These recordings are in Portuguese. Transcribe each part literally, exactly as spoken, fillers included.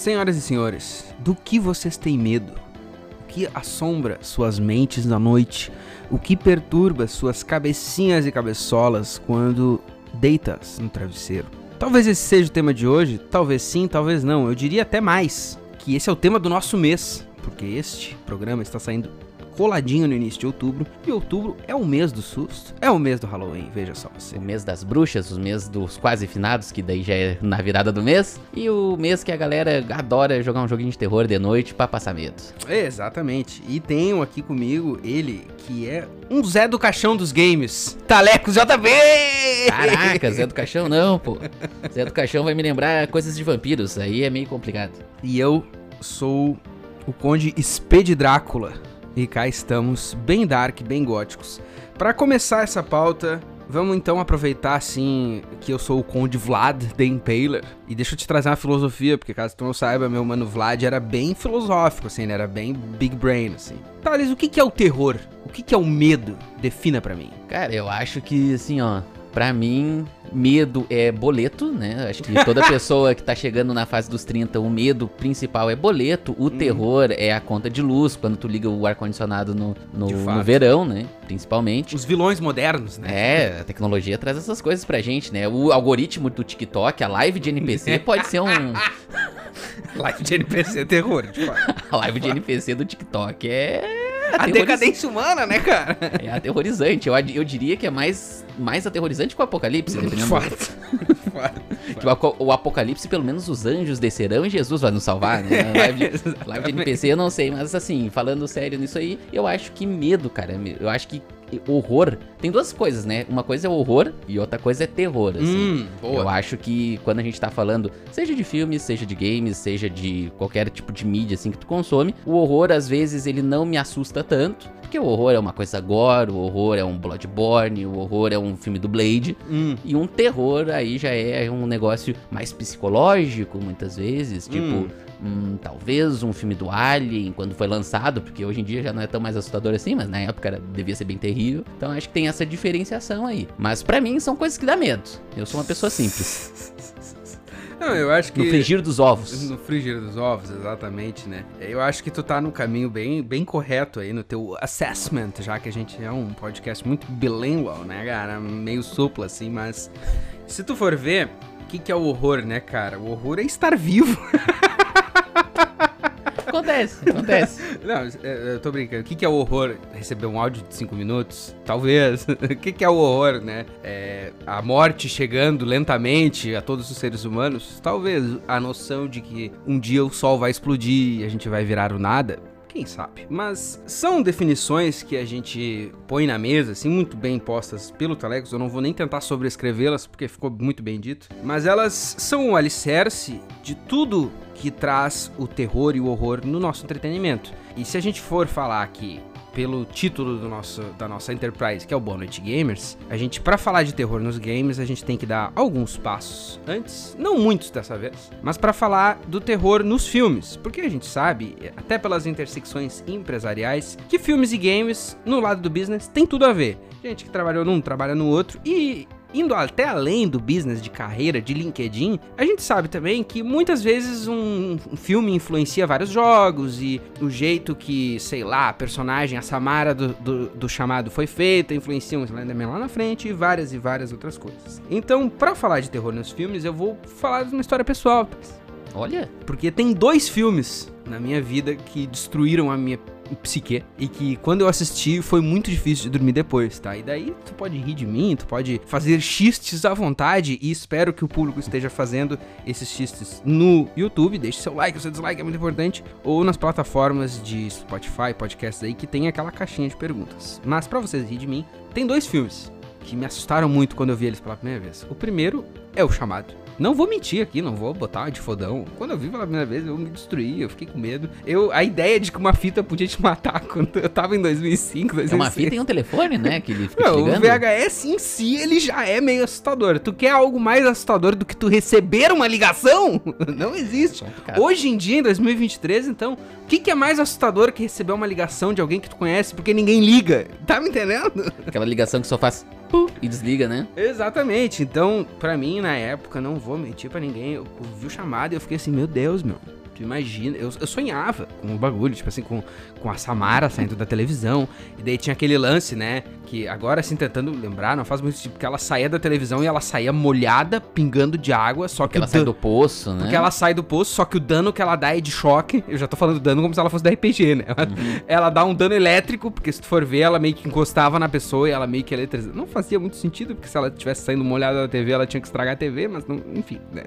Senhoras e senhores, do que vocês têm medo? O que assombra suas mentes na noite? O que perturba suas cabecinhas e cabeçolas quando deitas no travesseiro? Talvez esse seja o tema de hoje, talvez sim, talvez não. Eu diria até mais, que esse é o tema do nosso mês, porque este programa está saindo coladinho no início de outubro, e outubro é o mês do susto, é o mês do Halloween, veja só você. O mês das bruxas, o mês dos quase finados, que daí já é na virada do mês, e o mês que a galera adora jogar um joguinho de terror de noite pra passar medo. Exatamente, e tenho aqui comigo ele, que é um Zé do Caixão dos games, Talecos J B! Caraca, Zé do Caixão não, pô. Zé do Caixão vai me lembrar coisas de vampiros, aí é meio complicado. E eu sou o Conde Sped Drácula. E cá estamos, bem dark, bem góticos. Para começar essa pauta, vamos então aproveitar assim que eu sou o Conde Vlad The Impaler. E deixa eu te trazer uma filosofia, porque caso tu não saiba, meu mano Vlad era bem filosófico, assim, ele era bem big brain, assim. Thales, o que que é o terror? O que que é o medo? Defina pra mim. Cara, eu acho que assim, ó... Pra mim, medo é boleto, né? Acho que toda pessoa que tá chegando na fase dos trinta, o medo principal é boleto. O hum. terror é a conta de luz, quando tu liga o ar-condicionado no, no, no verão, né? Principalmente. Os vilões modernos, né? É, a tecnologia traz essas coisas pra gente, né? O algoritmo do TikTok, a live de N P C pode ser um... Live de N P C é terror, de fato. A live de N P C do TikTok é... A decadência humana, né, cara? É aterrorizante. Eu, eu diria que é mais, mais aterrorizante que o Apocalipse, dependendo. Fato. Fato. Tipo, o Apocalipse, pelo menos os anjos descerão e Jesus vai nos salvar, né? Live de, live de N P C eu não sei, mas assim, falando sério nisso aí, eu acho que medo, cara. Eu acho que horror... Tem duas coisas, né? Uma coisa é horror e outra coisa é terror, assim. Hum, boa. Eu acho que quando a gente tá falando, seja de filmes, seja de games, seja de qualquer tipo de mídia, assim, que tu consome, o horror, às vezes, ele não me assusta tanto, porque o horror é uma coisa gore, o horror é um Bloodborne, o horror é um filme do Blade, hum. e um terror aí já é um negócio mais psicológico, muitas vezes, tipo... Hum. Hum, talvez um filme do Alien, quando foi lançado, porque hoje em dia já não é tão mais assustador assim, mas na época era, devia ser bem terrível. Então acho que tem essa diferenciação aí. Mas pra mim são coisas que dá medo. Eu sou uma pessoa simples. Não, eu acho que... No frigir dos ovos. No frigir dos ovos, exatamente, né? Eu acho que tu tá no caminho bem, bem correto aí, no teu assessment, já que a gente é um podcast muito bilingual, né, cara? Meio supla, assim, mas... Se tu for ver, o que que é o horror, né, cara? O horror é estar vivo. Acontece, acontece. Não, eu tô brincando. O que que é o horror? Receber um áudio de cinco minutos? Talvez. O que que é o horror, né? É a morte chegando lentamente a todos os seres humanos? Talvez. A noção de que um dia o sol vai explodir e a gente vai virar o nada? Quem sabe? Mas são definições que a gente põe na mesa, assim, muito bem postas pelo Talecos. Eu não vou nem tentar sobrescrevê-las, porque ficou muito bem dito. Mas elas são o alicerce de tudo que traz o terror e o horror no nosso entretenimento. E se a gente for falar aqui pelo título do nosso, da nossa Enterprise, que é o Boa Noite Gamers, a gente, pra falar de terror nos games, a gente tem que dar alguns passos antes, não muitos dessa vez, mas pra falar do terror nos filmes, porque a gente sabe, até pelas intersecções empresariais, que filmes e games, no lado do business, tem tudo a ver. Gente que trabalhou num, trabalha no outro, e... indo até além do business de carreira, de LinkedIn, a gente sabe também que muitas vezes um, um filme influencia vários jogos e o jeito que, sei lá, a personagem, a Samara do, do, do chamado foi feita, influencia um Slenderman lá na frente e várias e várias outras coisas. Então, pra falar de terror nos filmes, eu vou falar de uma história pessoal. Olha! Porque tem dois filmes na minha vida que destruíram a minha psique, e que quando eu assisti foi muito difícil de dormir depois, tá? E daí tu pode rir de mim, tu pode fazer xistes à vontade, e espero que o público esteja fazendo esses xistes no YouTube. Deixe seu like, seu dislike, é muito importante, ou nas plataformas de Spotify, podcasts aí, que tem aquela caixinha de perguntas. Mas pra vocês rir de mim, tem dois filmes que me assustaram muito quando eu vi eles pela primeira vez. O primeiro é O Chamado. Não vou mentir aqui, não vou botar de fodão. Quando eu vi pela primeira vez, eu me destruí, eu fiquei com medo. Eu, a ideia de que uma fita podia te matar quando eu tava em dois mil e cinco, dois mil e seis... É uma fita e um telefone, né, que ele fica não, te ligando. O V H S em si, ele já é meio assustador. Tu quer algo mais assustador do que tu receber uma ligação? Não existe. Hoje em dia, em dois mil e vinte e três, então, o que, que é mais assustador que receber uma ligação de alguém que tu conhece porque ninguém liga? Tá me entendendo? Aquela ligação que só faz... e desliga, né? Exatamente. Então, pra mim, na época, não vou mentir pra ninguém, eu vi o chamado e eu fiquei assim, meu Deus, meu, Tu imagina, eu, eu sonhava com o bagulho, tipo assim, com, com a Samara saindo da televisão. E daí tinha aquele lance, né? Que agora, assim, tentando lembrar, não faz muito tipo, porque ela saía da televisão e ela saía molhada, pingando de água, só Porque que ela sai do poço, né? Porque ela sai do poço, só que o dano que ela dá é de choque. Eu já tô falando dano como se ela fosse da R P G, né? Uhum. Ela dá um dano elétrico, porque se tu for ver, ela meio que encostava na pessoa e ela meio que eletrizava. Não fazia muito sentido, porque se ela tivesse saindo molhada da T V, ela tinha que estragar a T V, mas não, enfim, né?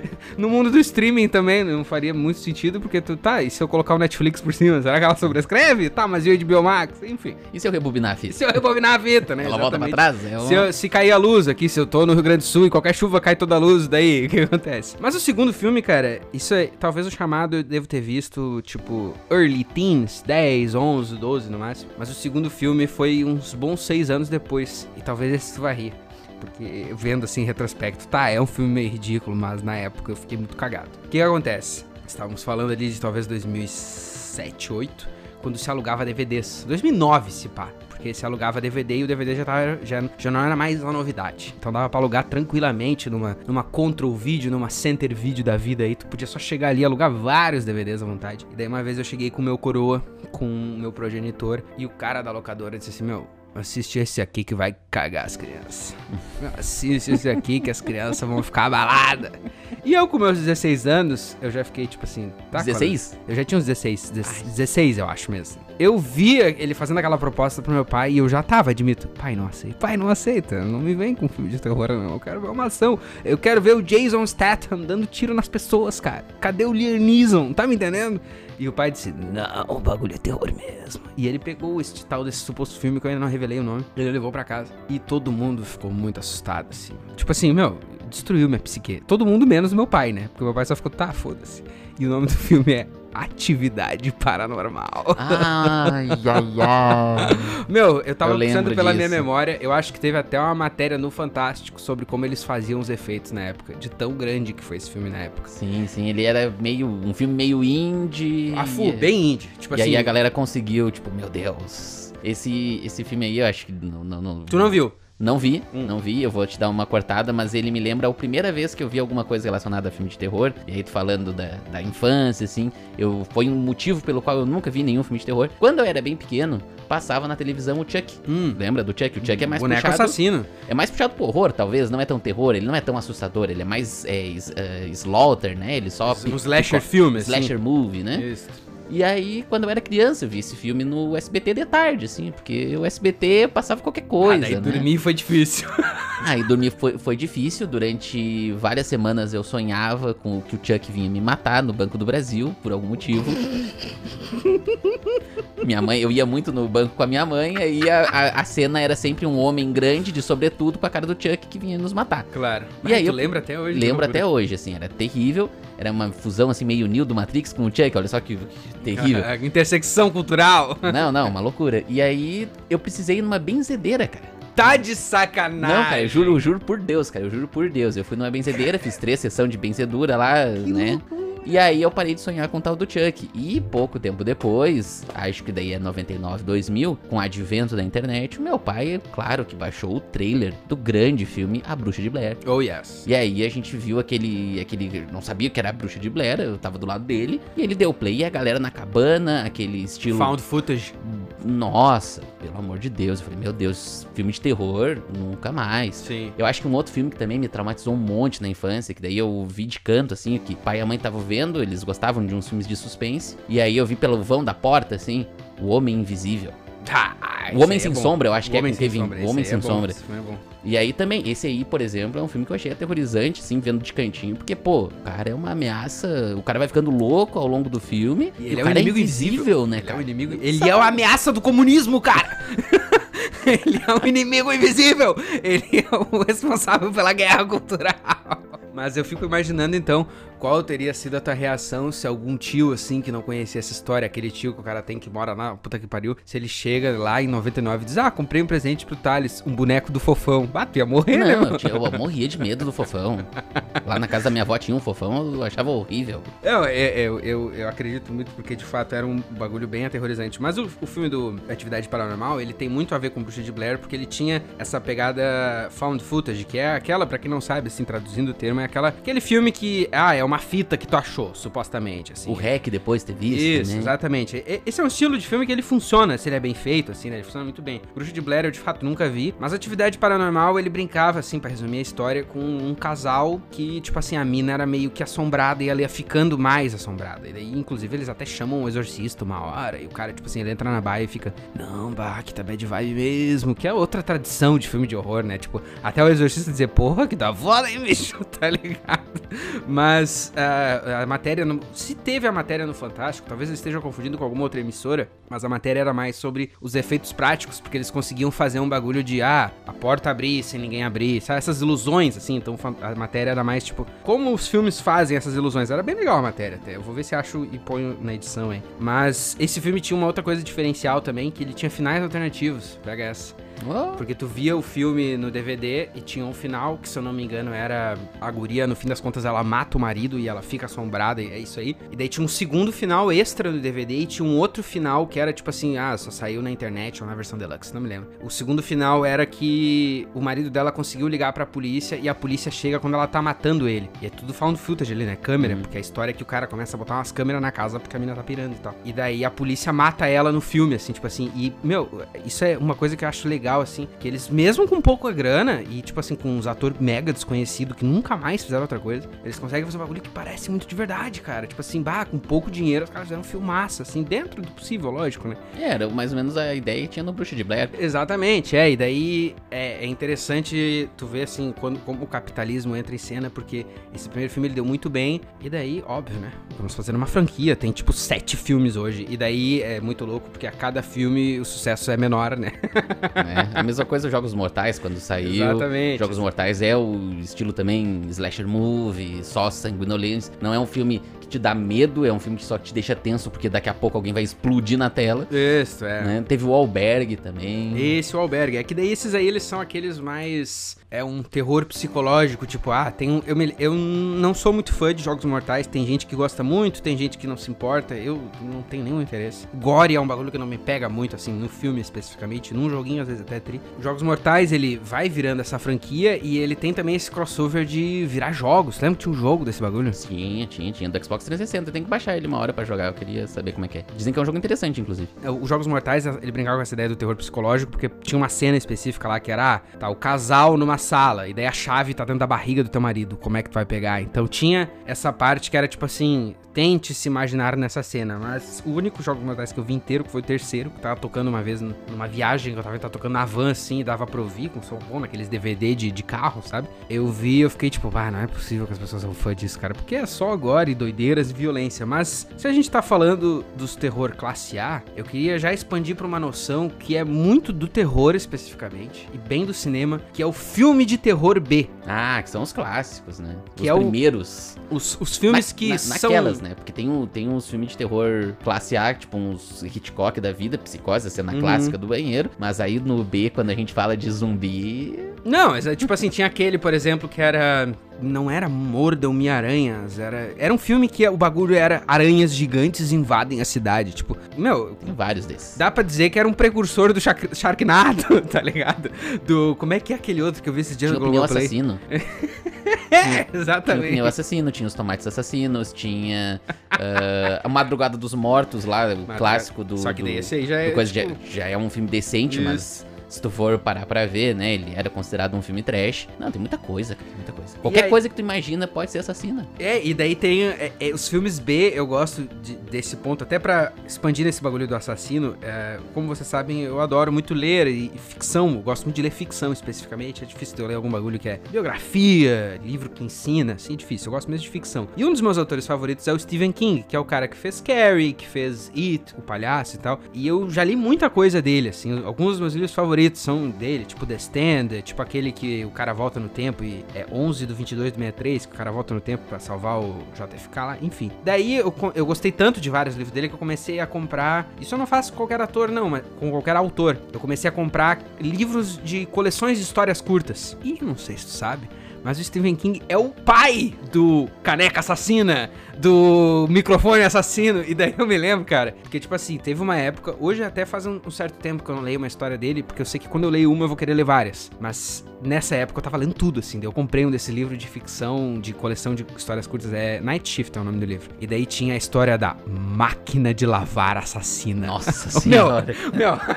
No mundo do streaming também não faria muito sentido, porque tu, tá, e se eu colocar o Netflix por cima, será que ela sobrescreve? Tá, mas e o H B O Max? Enfim. E se eu rebobinar a fita? E se eu rebobinar a fita, né? Ela Exatamente. volta pra trás? É uma... se, eu, se cair a luz aqui, se eu tô no Rio Grande do Sul e qualquer chuva cai toda a luz, daí o que acontece? Mas o segundo filme, cara, isso é, talvez o chamado eu devo ter visto, tipo, early teens, dez, onze, doze no máximo. Mas o segundo filme foi uns bons seis anos depois. E talvez esse tu vai rir. Porque vendo assim em retrospecto, tá, é um filme meio ridículo, mas na época eu fiquei muito cagado. O que, que acontece? Estávamos falando ali de talvez dois mil e sete, dois mil e oito, quando se alugava D V Ds. dois mil e nove, se pá. Porque se alugava D V D e o D V D já, tava, já, já não era mais uma novidade. Então dava pra alugar tranquilamente numa, numa Control Video, numa Center Video da vida aí. Tu podia só chegar ali e alugar vários D V Ds à vontade. E daí uma vez eu cheguei com o meu coroa, com o meu progenitor, e o cara da locadora disse assim, meu... Assiste esse aqui que vai cagar as crianças. Assiste esse aqui que as crianças vão ficar abaladas. E eu com meus dezesseis anos, eu já fiquei tipo assim... Tá, dezesseis? Eu já tinha uns dezesseis. dezesseis, eu acho mesmo. Eu via ele fazendo aquela proposta pro meu pai e eu já tava, admito. Pai, não aceita. Pai, não aceita. Não me vem com filme de terror, não. Eu quero ver uma ação. Eu quero ver o Jason Statham dando tiro nas pessoas, cara. Cadê o Liam Neeson? Tá me entendendo? E o pai disse, não, o bagulho é terror mesmo. E ele pegou esse tal desse suposto filme que eu ainda não revelei o nome. Ele levou pra casa. E todo mundo ficou muito assustado, assim. Tipo assim, meu, destruiu minha psique. Todo mundo menos meu pai, né? Porque meu pai só ficou, tá, foda-se. E o nome do filme é Atividade Paranormal. Ai, ai, ai. Meu, eu tava eu pensando pela disso. minha memória, eu acho que teve até uma matéria no Fantástico sobre como eles faziam os efeitos na época, de tão grande que foi esse filme na época. Sim, sim, ele era meio, um filme meio indie. Ah, fu, bem indie. Tipo e assim, aí a galera conseguiu, tipo, meu Deus, esse, esse filme aí eu acho que não... não, não tu não viu? Não vi, hum. não vi, eu vou te dar uma cortada, mas ele me lembra a primeira vez que eu vi alguma coisa relacionada a filme de terror, e aí tu falando da, da infância, assim, eu, foi um motivo pelo qual eu nunca vi nenhum filme de terror. Quando eu era bem pequeno, passava na televisão o Chuck, Hum. lembra do Chuck? O Chuck é mais Boneco puxado... assassino. É mais puxado pro horror, talvez, não é tão terror, ele não é tão assustador, ele é mais é, is, uh, slaughter, né, ele só... Um slasher filme, assim. Slasher movie, né? Isso. E aí, quando eu era criança, eu vi esse filme no S B T de tarde, assim, porque o S B T passava qualquer coisa, ah, daí né? dormir foi difícil. Aí dormir foi, foi difícil, durante várias semanas eu sonhava com que o Chuck vinha me matar no Banco do Brasil, por algum motivo. Minha mãe, eu ia muito no banco com a minha mãe, aí a, a, a cena era sempre um homem grande, de sobretudo, com a cara do Chuck que vinha nos matar. Claro. E aí tu eu lembra até hoje? Lembro até hoje, assim, era terrível. Era uma fusão, assim, meio Neo do Matrix com o Chuck, olha só que, que terrível. A intersecção cultural. Não, não, uma loucura. E aí, eu precisei ir numa benzedeira, cara. Tá de sacanagem. Não, cara, eu juro, eu juro por Deus, cara, eu juro por Deus. Eu fui numa benzedeira, fiz três sessões de benzedura lá, que né? Loucura. E aí eu parei de sonhar com o tal do Chuck. E pouco tempo depois, acho que daí é noventa e nove, dois mil, com o advento da internet, o meu pai, claro que baixou o trailer do grande filme A Bruxa de Blair. Oh, yes. E aí a gente viu aquele, aquele, não sabia que era A Bruxa de Blair, eu tava do lado dele, e ele deu play e a galera na cabana, aquele estilo... Found footage. Nossa, pelo amor de Deus. Eu falei, meu Deus, filme de terror, nunca mais. Sim. Eu acho que um outro filme que também me traumatizou um monte na infância, que daí eu vi de canto, assim, que pai e a mãe estavam vendo, eles gostavam de uns filmes de suspense, e aí eu vi pelo vão da porta, assim, O Homem Invisível. Ah, O Homem é Sem bom. Sombra, eu acho O que é Homem com Sem Kevin. Sombra, O Homem esse Sem é bom, Sombra. esse filme é bom. E aí também, esse aí, por exemplo, é um filme que eu achei aterrorizante, assim, vendo de cantinho, porque, pô, o cara é uma ameaça, o cara vai ficando louco ao longo do filme, E e ele o é um cara inimigo é invisível, invisível, né, Ele é cara? um inimigo. Ele é uma ameaça do comunismo, cara. Ele é um inimigo invisível. Ele é o responsável pela guerra cultural. Mas eu fico imaginando, então, qual teria sido a tua reação se algum tio, assim, que não conhecia essa história, aquele tio que o cara tem que mora na puta que pariu, se ele chega lá em noventa e nove e diz, ah, comprei um presente pro Thales, um boneco do Fofão. Ah, tu ia morrer, né, Não, mano? eu, tinha- eu morria de medo do Fofão. Lá na casa da minha avó tinha um Fofão, eu achava horrível. Não, eu, eu, eu, eu acredito muito porque, de fato, era um bagulho bem aterrorizante. Mas o, o filme do Atividade Paranormal, ele tem muito a ver com Bruxa de Blair, porque ele tinha essa pegada found footage, que é aquela, pra quem não sabe, assim, traduzindo o termo, é Aquela, aquele filme que, ah, é uma fita que tu achou, supostamente, assim. O Rec depois ter visto, Isso, né? exatamente. E- Esse é um estilo de filme que ele funciona, se ele é bem feito, assim, né? Ele funciona muito bem. Bruxa de Blair eu, de fato, nunca vi, mas Atividade Paranormal, ele brincava, assim, pra resumir a história, com um casal que, tipo assim, a mina era meio que assombrada e ela ia ficando mais assombrada. E daí, inclusive, eles até chamam um exorcista uma hora, e o cara, tipo assim, ele entra na baia e fica, não, bah, que tá bad vibe mesmo, que é outra tradição de filme de horror, né? Tipo, até o exorcista dizer, porra, que da foda aí, bicho, tá ligado? Mas uh, a matéria, no, se teve a matéria no Fantástico, talvez eu esteja confundindo com alguma outra emissora, mas a matéria era mais sobre os efeitos práticos, porque eles conseguiam fazer um bagulho de, ah, a porta abrir sem ninguém abrir, sabe? Essas ilusões, assim, então a matéria era mais, tipo, como os filmes fazem essas ilusões. Era bem legal a matéria até, eu vou ver se acho e ponho na edição aí. Mas esse filme tinha uma outra coisa diferencial também, que ele tinha finais alternativos, pega essa. Oh. Porque tu via o filme no D V D e tinha um final que, se eu não me engano, era a guria, no fim das contas, ela mata o marido e ela fica assombrada, e é isso aí. E daí tinha um segundo final extra no D V D e tinha um outro final que era tipo assim, ah, só saiu na internet ou na versão deluxe, não me lembro. O segundo final era que o marido dela conseguiu ligar pra polícia e a polícia chega quando ela tá matando ele. E é tudo found footage ali, né? Câmera, uhum. Porque a história é que o cara começa a botar umas câmeras na casa porque a mina tá pirando e tal. E daí a polícia mata ela no filme, assim, tipo assim. E, meu, isso é uma coisa que eu acho legal, assim, que eles, mesmo com pouca grana e, tipo assim, com uns atores mega desconhecidos que nunca mais fizeram outra coisa, eles conseguem fazer um bagulho que parece muito de verdade, cara. Tipo assim, bah, com pouco dinheiro os caras fizeram um filmaço, assim, dentro do possível, lógico, né? É, era mais ou menos a ideia que tinha no Bruxa de Blair. Exatamente, é, e daí é, é interessante tu ver, assim, quando, como o capitalismo entra em cena, porque esse primeiro filme ele deu muito bem, e daí, óbvio, né, vamos fazer uma franquia, tem tipo sete filmes hoje, e daí é muito louco, porque a cada filme o sucesso é menor, né? É, a mesma coisa os Jogos Mortais, quando saiu. Exatamente. Jogos Mortais é o estilo também slasher movie, só sanguinolência, não é um filme que te dá medo, é um filme que só te deixa tenso, porque daqui a pouco alguém vai explodir na tela. Isso, é. Né? Teve o Albergue também. Esse, o Albergue. É que daí esses aí, eles são aqueles mais... É um terror psicológico, tipo, ah, tem um... Eu, me, eu não sou muito fã de Jogos Mortais, tem gente que gosta muito, tem gente que não se importa, eu não tenho nenhum interesse. Gore é um bagulho que não me pega muito, assim, no filme especificamente, num joguinho às vezes até tri. Jogos Mortais, ele vai virando essa franquia e ele tem também esse crossover de virar jogos. Lembra que tinha um jogo desse bagulho? Tinha, tinha, tinha. Do Xbox trezentos e sessenta, tem que baixar ele uma hora pra jogar, eu queria saber como é que é. Dizem que é um jogo interessante, inclusive. Os Jogos Mortais, ele brincava com essa ideia do terror psicológico, porque tinha uma cena específica lá que era, ah, tá, o casal numa sala, e daí a chave tá dentro da barriga do teu marido, como é que tu vai pegar? Então tinha essa parte que era tipo assim, tente se imaginar nessa cena, mas o único Jogos Mortais que eu vi inteiro, que foi o terceiro, que tava tocando uma vez numa viagem, que eu tava, tava tocando na van assim, e dava pra ouvir com som bom, naqueles D V D de, de carro, sabe? Eu vi, eu fiquei tipo, ah, não é possível que as pessoas são fã disso, cara, porque é só agora e doideiras e violência, mas se a gente tá falando dos terror classe A, eu queria já expandir pra uma noção que é muito do terror especificamente, e bem do cinema, que é o filme de terror B. Ah, que são os clássicos, né? Que os é o, primeiros. Os, os filmes na, que na, são... Naquelas, né? Porque tem, um, tem uns filmes de terror classe A, tipo uns Hitchcock da vida, Psicose, a cena uhum. clássica do banheiro. Mas aí no B, quando a gente fala de zumbi... Não, é, tipo assim, tinha aquele, por exemplo, que era... Não era Mordam-me Aranhas, era, era um filme que o bagulho era aranhas gigantes invadem a cidade, tipo, meu... Tem vários desses. Dá pra dizer que era um precursor do Shark, Sharknado, tá ligado? Do... Como é que é aquele outro que eu vi esses dias no Globoplay? Tinha o Pneu Assassino. É, exatamente. Tinha o Pneu Assassino, tinha os Tomates Assassinos, tinha uh, a Madrugada dos Mortos lá, o Madrugada. Clássico do... Só que daí do, esse aí já é... Coisa, tipo... já, já é um filme decente, Isso. mas... Se tu for parar pra ver, né, ele era considerado um filme trash. Não, tem muita coisa, cara, muita coisa. Qualquer aí, coisa que tu imagina pode ser assassina. É, e daí tem é, é, os filmes B, eu gosto de, desse ponto, até pra expandir esse bagulho do assassino. É, como vocês sabem, eu adoro muito ler e, e ficção, eu gosto muito de ler ficção especificamente. É difícil de eu ler algum bagulho que é biografia, livro que ensina, assim, é difícil. Eu gosto mesmo de ficção. E um dos meus autores favoritos é o Stephen King, que é o cara que fez Carrie, que fez It, o Palhaço e tal. E eu já li muita coisa dele, assim, alguns dos meus livros favoritos são dele, tipo The Stand, tipo aquele que o cara volta no tempo e é onze do vinte e dois do sessenta e três, que o cara volta no tempo pra salvar o J F K lá, enfim. Daí eu, eu gostei tanto de vários livros dele que eu comecei a comprar, isso eu não faço com qualquer ator não, mas com qualquer autor. Eu comecei a comprar livros de coleções de histórias curtas. E não sei se tu sabe, mas o Stephen King é o pai do caneca assassina, do microfone assassino. E daí eu me lembro, cara, porque tipo assim, teve uma época, hoje até faz um, um certo tempo que eu não leio uma história dele, porque eu sei que quando eu leio uma eu vou querer ler várias, mas nessa época eu tava lendo tudo, assim, daí eu comprei um desse livro de ficção, de coleção de histórias curtas, é Night Shift é o nome do livro, e daí tinha a história da máquina de lavar assassina. Nossa senhora. Meu, meu...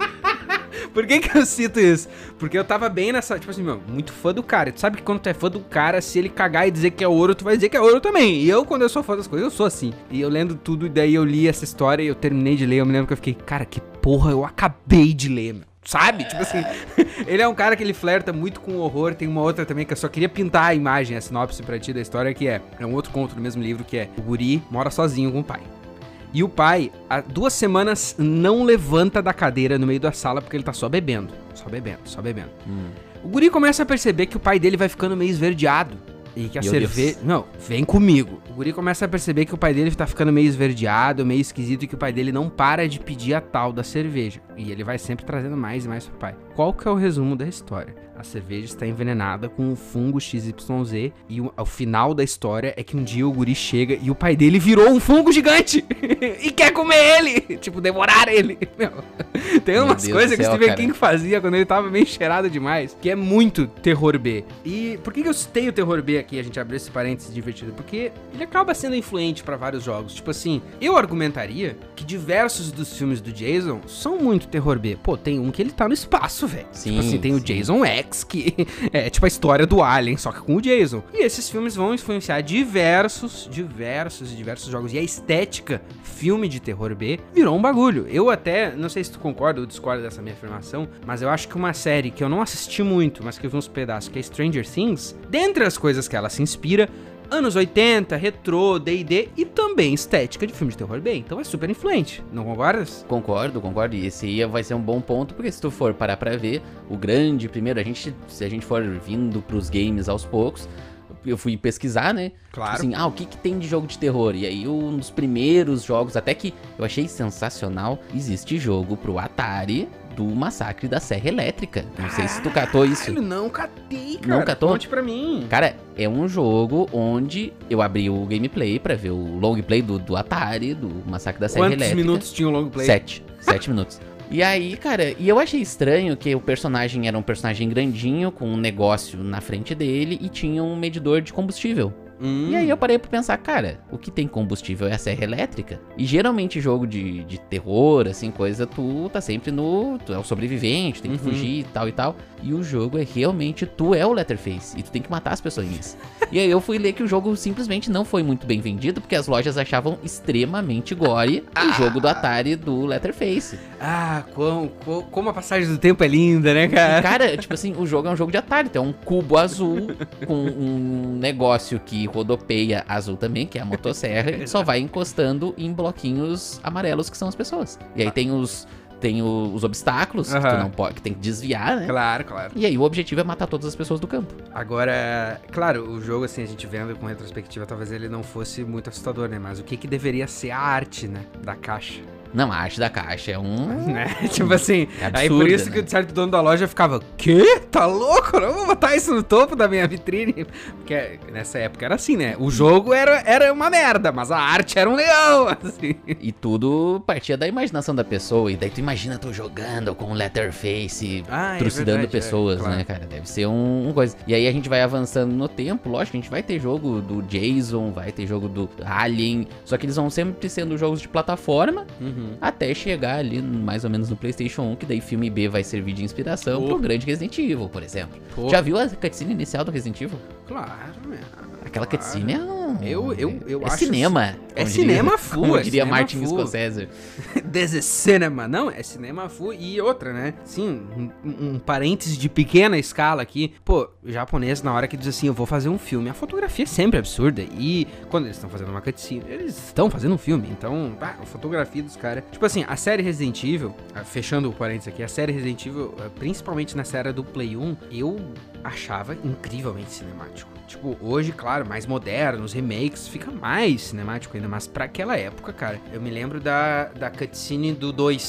Por que que eu cito isso? Porque eu tava bem nessa, tipo assim, meu, muito fã do cara. Tu sabe que quando tu é fã do cara, se ele cagar e dizer que é ouro, tu vai dizer que é ouro também. E eu, quando eu sou fã das coisas, eu sou assim. E eu lendo tudo, e daí eu li essa história e eu terminei de ler. Eu me lembro que eu fiquei, cara, que porra, eu acabei de ler, meu. Sabe? Tipo assim, ele é um cara que ele flerta muito com o horror. Tem uma outra também que eu só queria pintar a imagem, a sinopse pra ti da história, que é, é um outro conto do mesmo livro, que é o guri mora sozinho com o pai. E o pai, há duas semanas, não levanta da cadeira no meio da sala porque ele tá só bebendo. Só bebendo, só bebendo. Hum. O guri começa a perceber que o pai dele vai ficando meio esverdeado. E que a cerveja... Não, vem comigo. O guri começa a perceber que o pai dele tá ficando meio esverdeado, meio esquisito, e que o pai dele não para de pedir a tal da cerveja. E ele vai sempre trazendo mais e mais pro pai. Qual que é o resumo da história? A cerveja está envenenada com um fungo X Y Z, e o, o final da história é que um dia o guri chega e o pai dele virou um fungo gigante e quer comer ele, tipo, devorar ele. Meu, tem umas coisas que o Stephen King fazia quando ele tava meio cheirado demais, que é muito terror B. E por que que eu citei o terror B aqui, a gente abriu esse parênteses divertido? Porque ele acaba sendo influente pra vários jogos. Tipo assim, eu argumentaria que diversos dos filmes do Jason são muito terror B. Pô, tem um que ele tá no espaço, velho. Tipo assim, tem sim. o Jason X, que é tipo a história do Alien, só que com o Jason. E esses filmes vão influenciar diversos, diversos e diversos jogos. E a estética filme de terror B virou um bagulho. Eu até, não sei se tu concorda ou discorda dessa minha afirmação, mas eu acho que uma série que eu não assisti muito, mas que eu vi uns pedaços, que é Stranger Things, dentre as coisas que ela se inspira, anos oitenta, retrô, D e D e também estética de filme de terror B. Então é super influente, não concordas? Concordo, concordo. E esse aí vai ser um bom ponto, porque se tu for parar pra ver, o grande, primeiro, a gente, se a gente for vindo pros games aos poucos, eu fui pesquisar, né? Claro. Tipo assim, ah, o que que tem de jogo de terror? E aí, um dos primeiros jogos, até que eu achei sensacional, existe jogo pro Atari do Massacre da Serra Elétrica. Não sei se tu catou isso. Não catei, cara. Não catou? Conte pra mim. Cara, é um jogo onde eu abri o gameplay pra ver o long play do, do Atari, do Massacre da Serra Quantos Elétrica. Quantos minutos tinha o long play? Sete. Sete minutos. E aí, cara, e eu achei estranho que o personagem era um personagem grandinho, com um negócio na frente dele e tinha um medidor de combustível. Hum. E aí eu parei pra pensar, cara, o que tem combustível é a serra elétrica. E geralmente jogo de, de terror, assim, coisa, tu tá sempre no... Tu é o sobrevivente, tem que uhum. fugir e tal e tal. E o jogo é realmente, tu é o Letterface. E tu tem que matar as pessoas. E aí eu fui ler que o jogo simplesmente não foi muito bem vendido, porque as lojas achavam extremamente gore ah. o jogo do Atari do Letterface. Ah, como, como a passagem do tempo é linda, né, cara? E, cara, tipo assim, o jogo é um jogo de Atari. Tem um cubo azul com um negócio que rodopeia azul também, que é a motosserra, e só vai encostando em bloquinhos amarelos, que são as pessoas. E aí tem os... Tem o, os obstáculos uhum. que tu não pode, que tem que desviar, né? Claro, claro. E aí o objetivo é matar todas as pessoas do campo. Agora, claro, o jogo, assim, a gente vendo com retrospectiva, talvez ele não fosse muito assustador, né? Mas o que que deveria ser a arte, né? Da caixa. Não, a arte da caixa é um... Né? Tipo assim, é absurda, aí por isso né? que o certo dono da loja ficava, quê? Tá louco? Não vou botar isso no topo da minha vitrine. Porque nessa época era assim, né? O jogo era, era uma merda, mas a arte era um leão, assim. E tudo partia da imaginação da pessoa. E daí tu imagina tu jogando com o Letterface, ah, trucidando é verdade, pessoas, é, claro. né, cara? Deve ser um, um coisa. E aí a gente vai avançando no tempo, lógico, a gente vai ter jogo do Jason, vai ter jogo do Alien, só que eles vão sempre sendo jogos de plataforma, uhum. até chegar ali mais ou menos no PlayStation um, que daí filme B vai servir de inspiração Pô. pro grande Resident Evil, por exemplo. Pô. Já viu a cutscene inicial do Resident Evil? Claro, meu. Aquela claro. cutscene é um... Eu, eu, eu é acho... cinema. É cinema diria, full. Como é diria cinema Martin full. Scorsese. This is cinema. Não, é cinema full. E outra, né? Sim, um, um parênteses de pequena escala aqui. Pô, o japonês, na hora que diz assim, eu vou fazer um filme, a fotografia é sempre absurda. E quando eles estão fazendo uma cutscene, eles estão fazendo um filme. Então, pá, a fotografia dos caras... Tipo assim, a série Resident Evil, fechando o parênteses aqui, a série Resident Evil, principalmente nessa era do Play um, eu achava incrivelmente cinemático. Tipo, hoje, claro, mais moderno, os remakes, fica mais cinemático ainda, mas pra aquela época, cara, eu me lembro da, da cutscene do dois,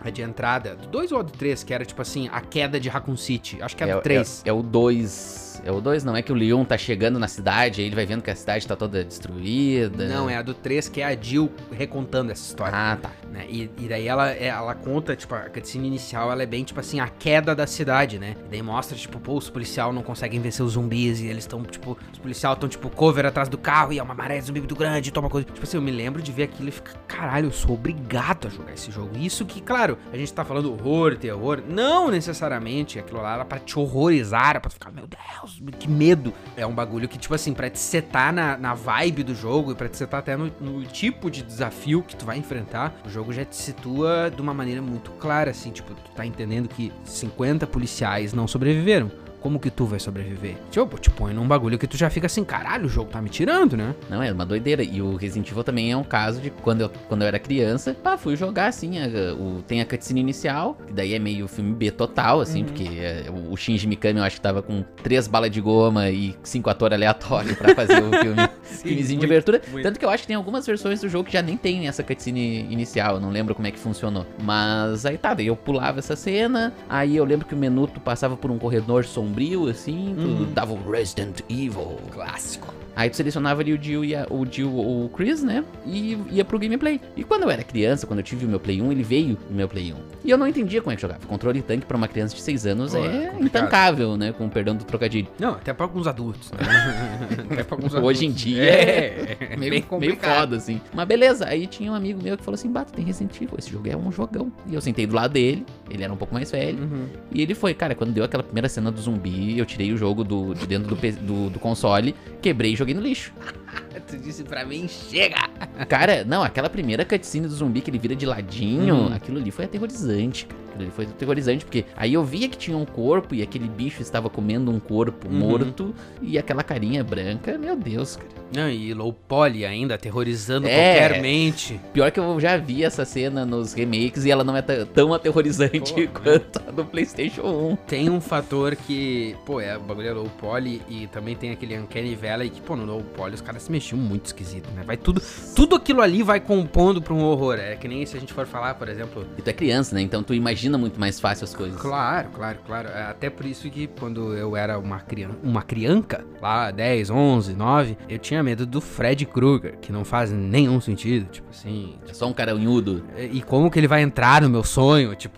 A de entrada. Do dois ou a do três, que era tipo assim, a queda de Raccoon City. Acho que é, É, a do três. é, é o dois. É o dois, não é que o Leon tá chegando na cidade, aí ele vai vendo que a cidade tá toda destruída. Não, é a do três, que é a Jill recontando essa história. Ah, tá. Né? E, e daí ela, é, ela conta, tipo, a cutscene inicial, ela é bem, tipo assim, a queda da cidade, né? E daí mostra, tipo, pô, os policiais não conseguem vencer os zumbis e eles estão, tipo, os policiais estão, tipo, cover atrás do carro e é uma maré de zumbi muito grande, toma coisa. Tipo assim, eu me lembro de ver aquilo e ficar, caralho, eu sou obrigado a jogar esse jogo. Isso que, claro, a gente tá falando horror, terror, não necessariamente aquilo lá era pra te horrorizar, era pra ficar, meu Deus, que medo. É um bagulho que, tipo assim, pra te setar na, na vibe do jogo e pra te setar até no, no tipo de desafio que tu vai enfrentar, o jogo já te situa de uma maneira muito clara, assim, tipo, tu tá entendendo que cinquenta policiais não sobreviveram. Como que tu vai sobreviver? Tipo, te põe num bagulho que tu já fica assim, caralho, o jogo tá me tirando, né? Não, é uma doideira. E o Resident Evil também é um caso de quando eu, quando eu era criança, pá, fui jogar, assim, a, o, tem a cutscene inicial, que daí é meio filme B total, assim, uhum. porque é, o Shinji Mikami eu acho que tava com três balas de goma e cinco atores aleatórios pra fazer o filme, Sim, filmezinho muito, de abertura. Muito. Tanto que eu acho que tem algumas versões do jogo que já nem tem essa cutscene inicial, eu não lembro como é que funcionou. Mas aí tá, daí eu pulava essa cena, aí eu lembro que o menu tu passava por um corredor sombrio, assim, tu uhum. dava o Resident Evil clássico. Aí tu selecionava ali o Jill e a, o Jill ou o Chris, né? E ia pro gameplay. E quando eu era criança, quando eu tive o meu Play um, ele veio no meu Play um. E eu não entendia como é que jogava. Controle tanque pra uma criança de seis anos Pô, é, é intancável, né? Com o perdão do trocadilho. Não, até pra alguns adultos, né? até pra alguns adultos. Hoje em dia é, é meio, meio foda, assim. Mas beleza, aí tinha um amigo meu que falou assim, Bato, tem Resident Evil, esse jogo é um jogão. E eu sentei do lado dele, ele era um pouco mais velho. Uhum. E ele foi, cara, quando deu aquela primeira cena do zumbi, eu tirei o jogo do, de dentro do, do, do console, quebrei e joguei no lixo. Tu disse pra mim, chega! Cara, não, aquela primeira cutscene do zumbi que ele vira de ladinho, hum. aquilo ali foi aterrorizante, cara. Aquilo ali foi aterrorizante, porque aí eu via que tinha um corpo e aquele bicho estava comendo um corpo uhum. morto e aquela carinha branca, meu Deus, cara. Não, e low poly ainda, aterrorizando é, qualquer mente. Pior que eu já vi essa cena nos remakes e ela não é tão aterrorizante pô, quanto né? a do PlayStation um. Tem um fator que, pô, é, o bagulho é low poly e também tem aquele Uncanny Valley que, pô, no low poly os caras se mexiam muito esquisito, né? Vai tudo, tudo aquilo ali vai compondo pra um horror. É que nem se a gente for falar, por exemplo... E tu é criança, né? Então tu imagina muito mais fácil as coisas. Claro, claro, claro. Até por isso que quando eu era uma criança, uma crianca, lá dez, onze, nove, eu tinha medo do Fred Krueger, que não faz nenhum sentido, tipo assim... É só um cara unhudo. E como que ele vai entrar no meu sonho, tipo...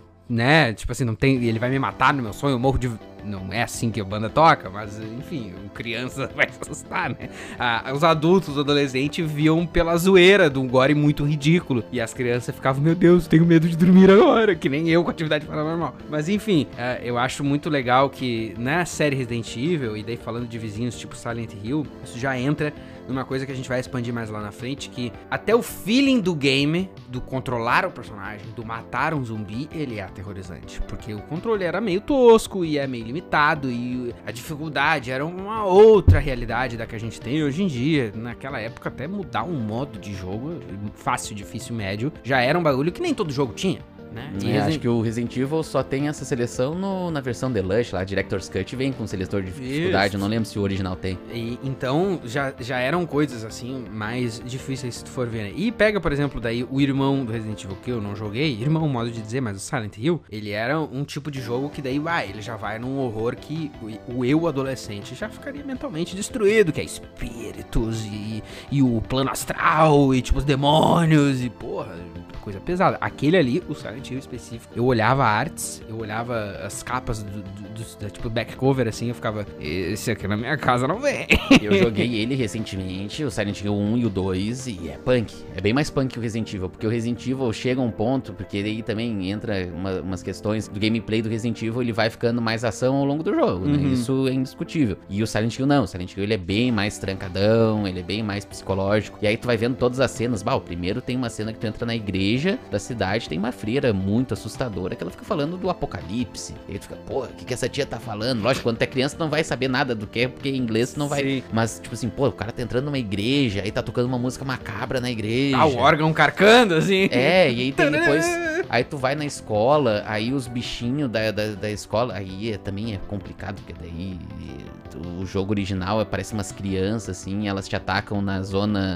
Né? Tipo assim, não tem... Ele vai me matar no meu sonho, eu morro de... Não é assim que a banda toca, mas enfim, criança vai se assustar, né? Ah, os adultos, os adolescentes viam pela zoeira de um gore muito ridículo. E as crianças ficavam, meu Deus, tenho medo de dormir agora, que nem eu com atividade paranormal. Mas enfim, ah, eu acho muito legal que na série Resident Evil, e daí falando de vizinhos tipo Silent Hill, isso já entra numa coisa que a gente vai expandir mais lá na frente, que até o feeling do game, do controlar o personagem, do matar um zumbi, ele é aterrorizante. Porque o controle era meio tosco e é meio limitado e a dificuldade era uma outra realidade da que a gente tem hoje em dia. Naquela época até mudar um modo de jogo, fácil, difícil, médio, já era um bagulho que nem todo jogo tinha. Né? É, Resident... Acho que o Resident Evil só tem essa seleção no, na versão Deluxe, lá, Director's Cut, vem com seletor de dificuldade, eu não lembro se o original tem. E, então, já, já eram coisas, assim, mais difíceis se tu for ver, né? E pega, por exemplo, daí o irmão do Resident Evil, que eu não joguei, irmão, modo de dizer, mas o Silent Hill, ele era um tipo de jogo que daí, vai, ele já vai num horror que o, o eu adolescente já ficaria mentalmente destruído, que é espíritos e, e o plano astral e, tipo, os demônios e, porra... coisa pesada. Aquele ali, o Silent Hill específico, eu olhava artes, eu olhava as capas do, do, do, do tipo back cover assim, eu ficava, esse aqui na minha casa não vem. Eu joguei ele recentemente, o Silent Hill um e o dois, e é punk. É bem mais punk que o Resident Evil, porque o Resident Evil chega a um ponto, porque aí também entra uma, umas questões do gameplay do Resident Evil, ele vai ficando mais ação ao longo do jogo, né? Uhum. Isso é indiscutível. E o Silent Hill não, o Silent Hill ele é bem mais trancadão, ele é bem mais psicológico, e aí tu vai vendo todas as cenas. Bah, o primeiro tem uma cena que tu entra na igreja da cidade, tem uma freira muito assustadora que ela fica falando do apocalipse. E aí tu fica, pô, o que, que essa tia tá falando? Lógico, quando tu é criança tu não vai saber nada do que é, porque em inglês tu não vai. Sim. Mas, tipo assim, pô, o cara tá entrando numa igreja, aí tá tocando uma música macabra na igreja. Ah, o órgão carcando, assim. É, e aí tem depois. Aí tu vai na escola, aí os bichinhos da, da, da escola. Aí é, também é complicado, porque daí o jogo original parece umas crianças, assim, elas te atacam na zona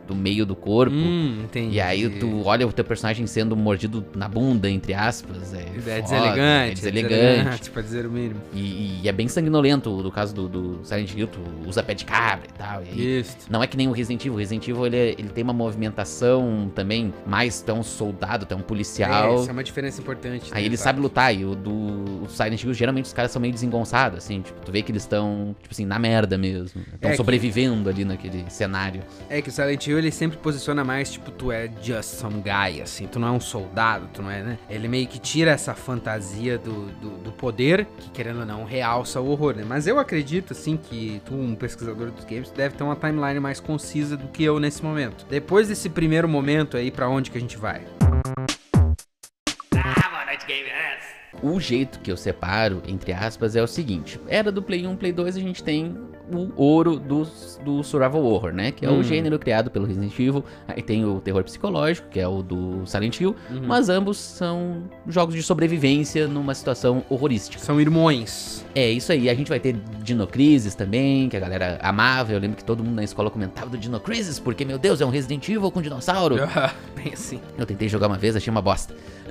do meio do corpo. Hum, entendi. E aí tu olha o teu personagem sendo mordido na bunda, entre aspas. É, É foda, deselegante. É deselegante. Pra dizer o mínimo. E, e é bem sanguinolento. No caso do, do Silent Hill, tu usa pé de cabra e tal. E aí, Isso. não é que nem o Resident Evil. O Resident Evil, ele, ele tem uma movimentação também mais... Tu é um soldado, tu é um policial. É, essa é uma diferença importante. Aí né, ele tá? sabe lutar. E o do o Silent Hill, geralmente os caras são meio desengonçados, assim. Tipo, tu vê que eles estão, tipo assim, na merda mesmo. Estão É que- sobrevivendo ali naquele cenário. É que o Silent Hill, ele sempre posiciona mais, tipo, tu é just some guy, assim, tu não é um soldado, tu não é, né? Ele meio que tira essa fantasia do, do, do poder, que querendo ou não, realça o horror, né? Mas eu acredito, assim, que tu, um pesquisador dos games, deve ter uma timeline mais concisa do que eu nesse momento. Depois desse primeiro momento aí, pra onde que a gente vai? O jeito que eu separo, entre aspas, é o seguinte. Era do Play um, Play dois, a gente tem o ouro do, do Survival Horror, né? Que é Hum. o gênero criado pelo Resident Evil. Aí tem o terror psicológico, que é o do Silent Hill. Uhum. Mas ambos são jogos de sobrevivência numa situação horrorística. São irmãos. É, isso aí. A gente vai ter Dino Crisis também, que a galera amava. Eu lembro que todo mundo na escola comentava do Dino Crisis, porque, meu Deus, é um Resident Evil com dinossauro. Bem assim. Eu tentei jogar uma vez, achei uma bosta.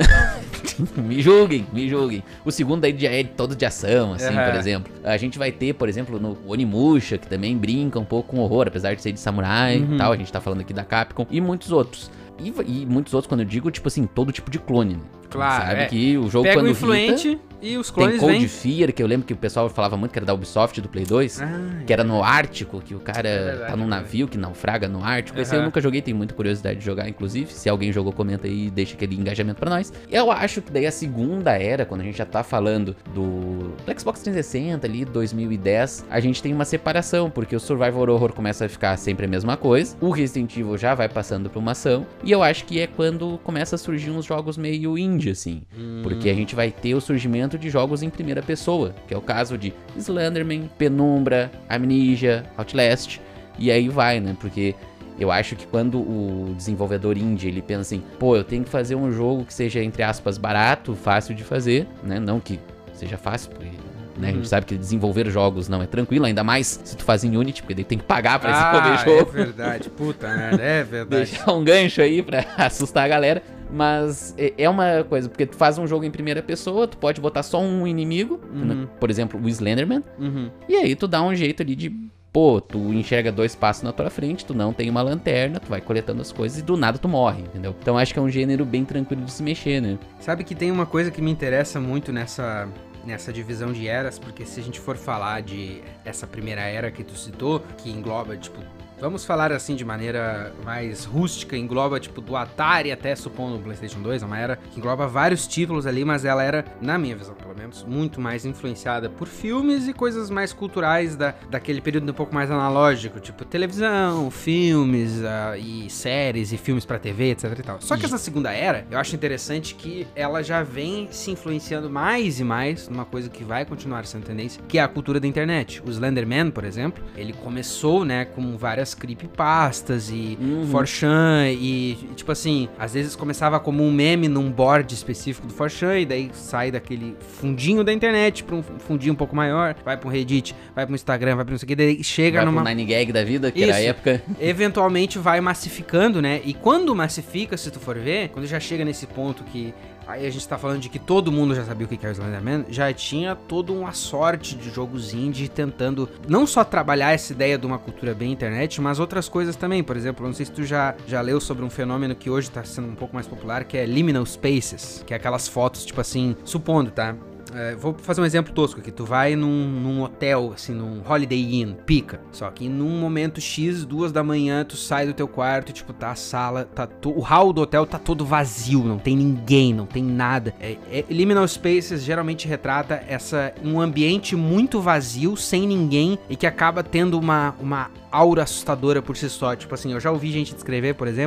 Me julguem, me julguem. O segundo aí já é todo de ação, assim, Uhum. por exemplo. A gente vai ter, por exemplo, no Onimusha, que também brinca um pouco com horror, apesar de ser de samurai Uhum. e tal. A gente tá falando aqui da Capcom. E muitos outros. E, e muitos outros, quando eu digo, tipo assim, todo tipo de clone, né? Claro, Sabe é. que o jogo, Pega quando o hita, influente e os tem clones Cold vêm. Fear, que eu lembro que o pessoal falava muito que era da Ubisoft, do Play dois. Ah, Que era no Ártico, que o cara É verdade, tá num é navio que naufraga no Ártico. Esse eu Aham. nunca joguei, tenho muita curiosidade de jogar, inclusive. Se alguém jogou, comenta aí e deixa aquele engajamento pra nós. Eu acho que daí a segunda era, quando a gente já tá falando do, do Xbox trezentos e sessenta ali, dois mil e dez, a gente tem uma separação, porque o Survival Horror começa a ficar sempre a mesma coisa, o Resident Evil já vai passando pra uma ação, e eu acho que é quando começa a surgir uns jogos meio indie, assim. Hum. Porque a gente vai ter o surgimento de jogos em primeira pessoa, que é o caso de Slenderman, Penumbra, Amnesia, Outlast, e aí vai, né? Porque eu acho que quando o desenvolvedor indie, ele pensa assim, pô, eu tenho que fazer um jogo que seja, entre aspas, barato, fácil de fazer, né? Não que seja fácil, porque... Né? A gente sabe que desenvolver jogos não é tranquilo, ainda mais se tu faz em Unity, porque daí tem que pagar pra desenvolver Ah, jogo. é verdade. Puta merda, é verdade. Deixar um gancho aí pra assustar a galera. Mas é- é uma coisa, porque tu faz um jogo em primeira pessoa, tu pode botar só um inimigo, Uhum. né? Por exemplo, o Slenderman, Uhum. e aí tu dá um jeito ali de, pô, tu enxerga dois passos na tua frente, tu não tem uma lanterna, tu vai coletando as coisas e do nada tu morre, entendeu? Então acho que é um gênero bem tranquilo de se mexer, né? Sabe que tem uma coisa que me interessa muito nessa, nessa divisão de eras, porque se a gente for falar de essa primeira era que tu citou, que engloba, tipo, vamos falar assim de maneira mais rústica, engloba, tipo, do Atari até, supondo, o PlayStation dois, é uma era que engloba vários títulos ali, mas ela era, na minha visão pelo menos, muito mais influenciada por filmes e coisas mais culturais da, daquele período um pouco mais analógico, tipo televisão, filmes ah, e séries e filmes pra T V, etc e tal. Só que essa segunda era, eu acho interessante que ela já vem se influenciando mais e mais numa coisa que vai continuar sendo tendência, que é a cultura da internet. O Slenderman, por exemplo, ele começou, né, com várias creepypastas e Uhum. four chan e, tipo assim, às vezes começava como um meme num board específico do four chan e daí sai daquele fundinho da internet pra um fundinho um pouco maior, vai pra um Reddit, vai pro Instagram, vai pra não sei o que, daí chega Vai numa... pro Nine Gag da vida, que era a Isso. época. Eventualmente vai massificando, né? E quando massifica, se tu for ver, quando já chega nesse ponto que... Aí a gente tá falando de que todo mundo já sabia o que é o Slenderman, já tinha toda uma sorte de jogos indie tentando não só trabalhar essa ideia de uma cultura bem internet, mas outras coisas também. Por exemplo, eu não sei se tu já, já leu sobre um fenômeno que hoje tá sendo um pouco mais popular, que é Liminal Spaces, que é aquelas fotos, tipo assim, supondo, tá? É, vou fazer um exemplo tosco aqui. Tu vai num, num hotel, assim, num Holiday Inn, pica. Só que num momento X, duas da manhã, tu sai do teu quarto e, tipo, tá a sala, tá to... o hall do hotel tá todo vazio, não tem ninguém, não tem nada. É, é, Liminal Spaces geralmente retrata essa, um ambiente muito vazio, sem ninguém, e que acaba tendo uma, uma aura assustadora por si só. Tipo assim, eu já ouvi gente descrever, por exemplo,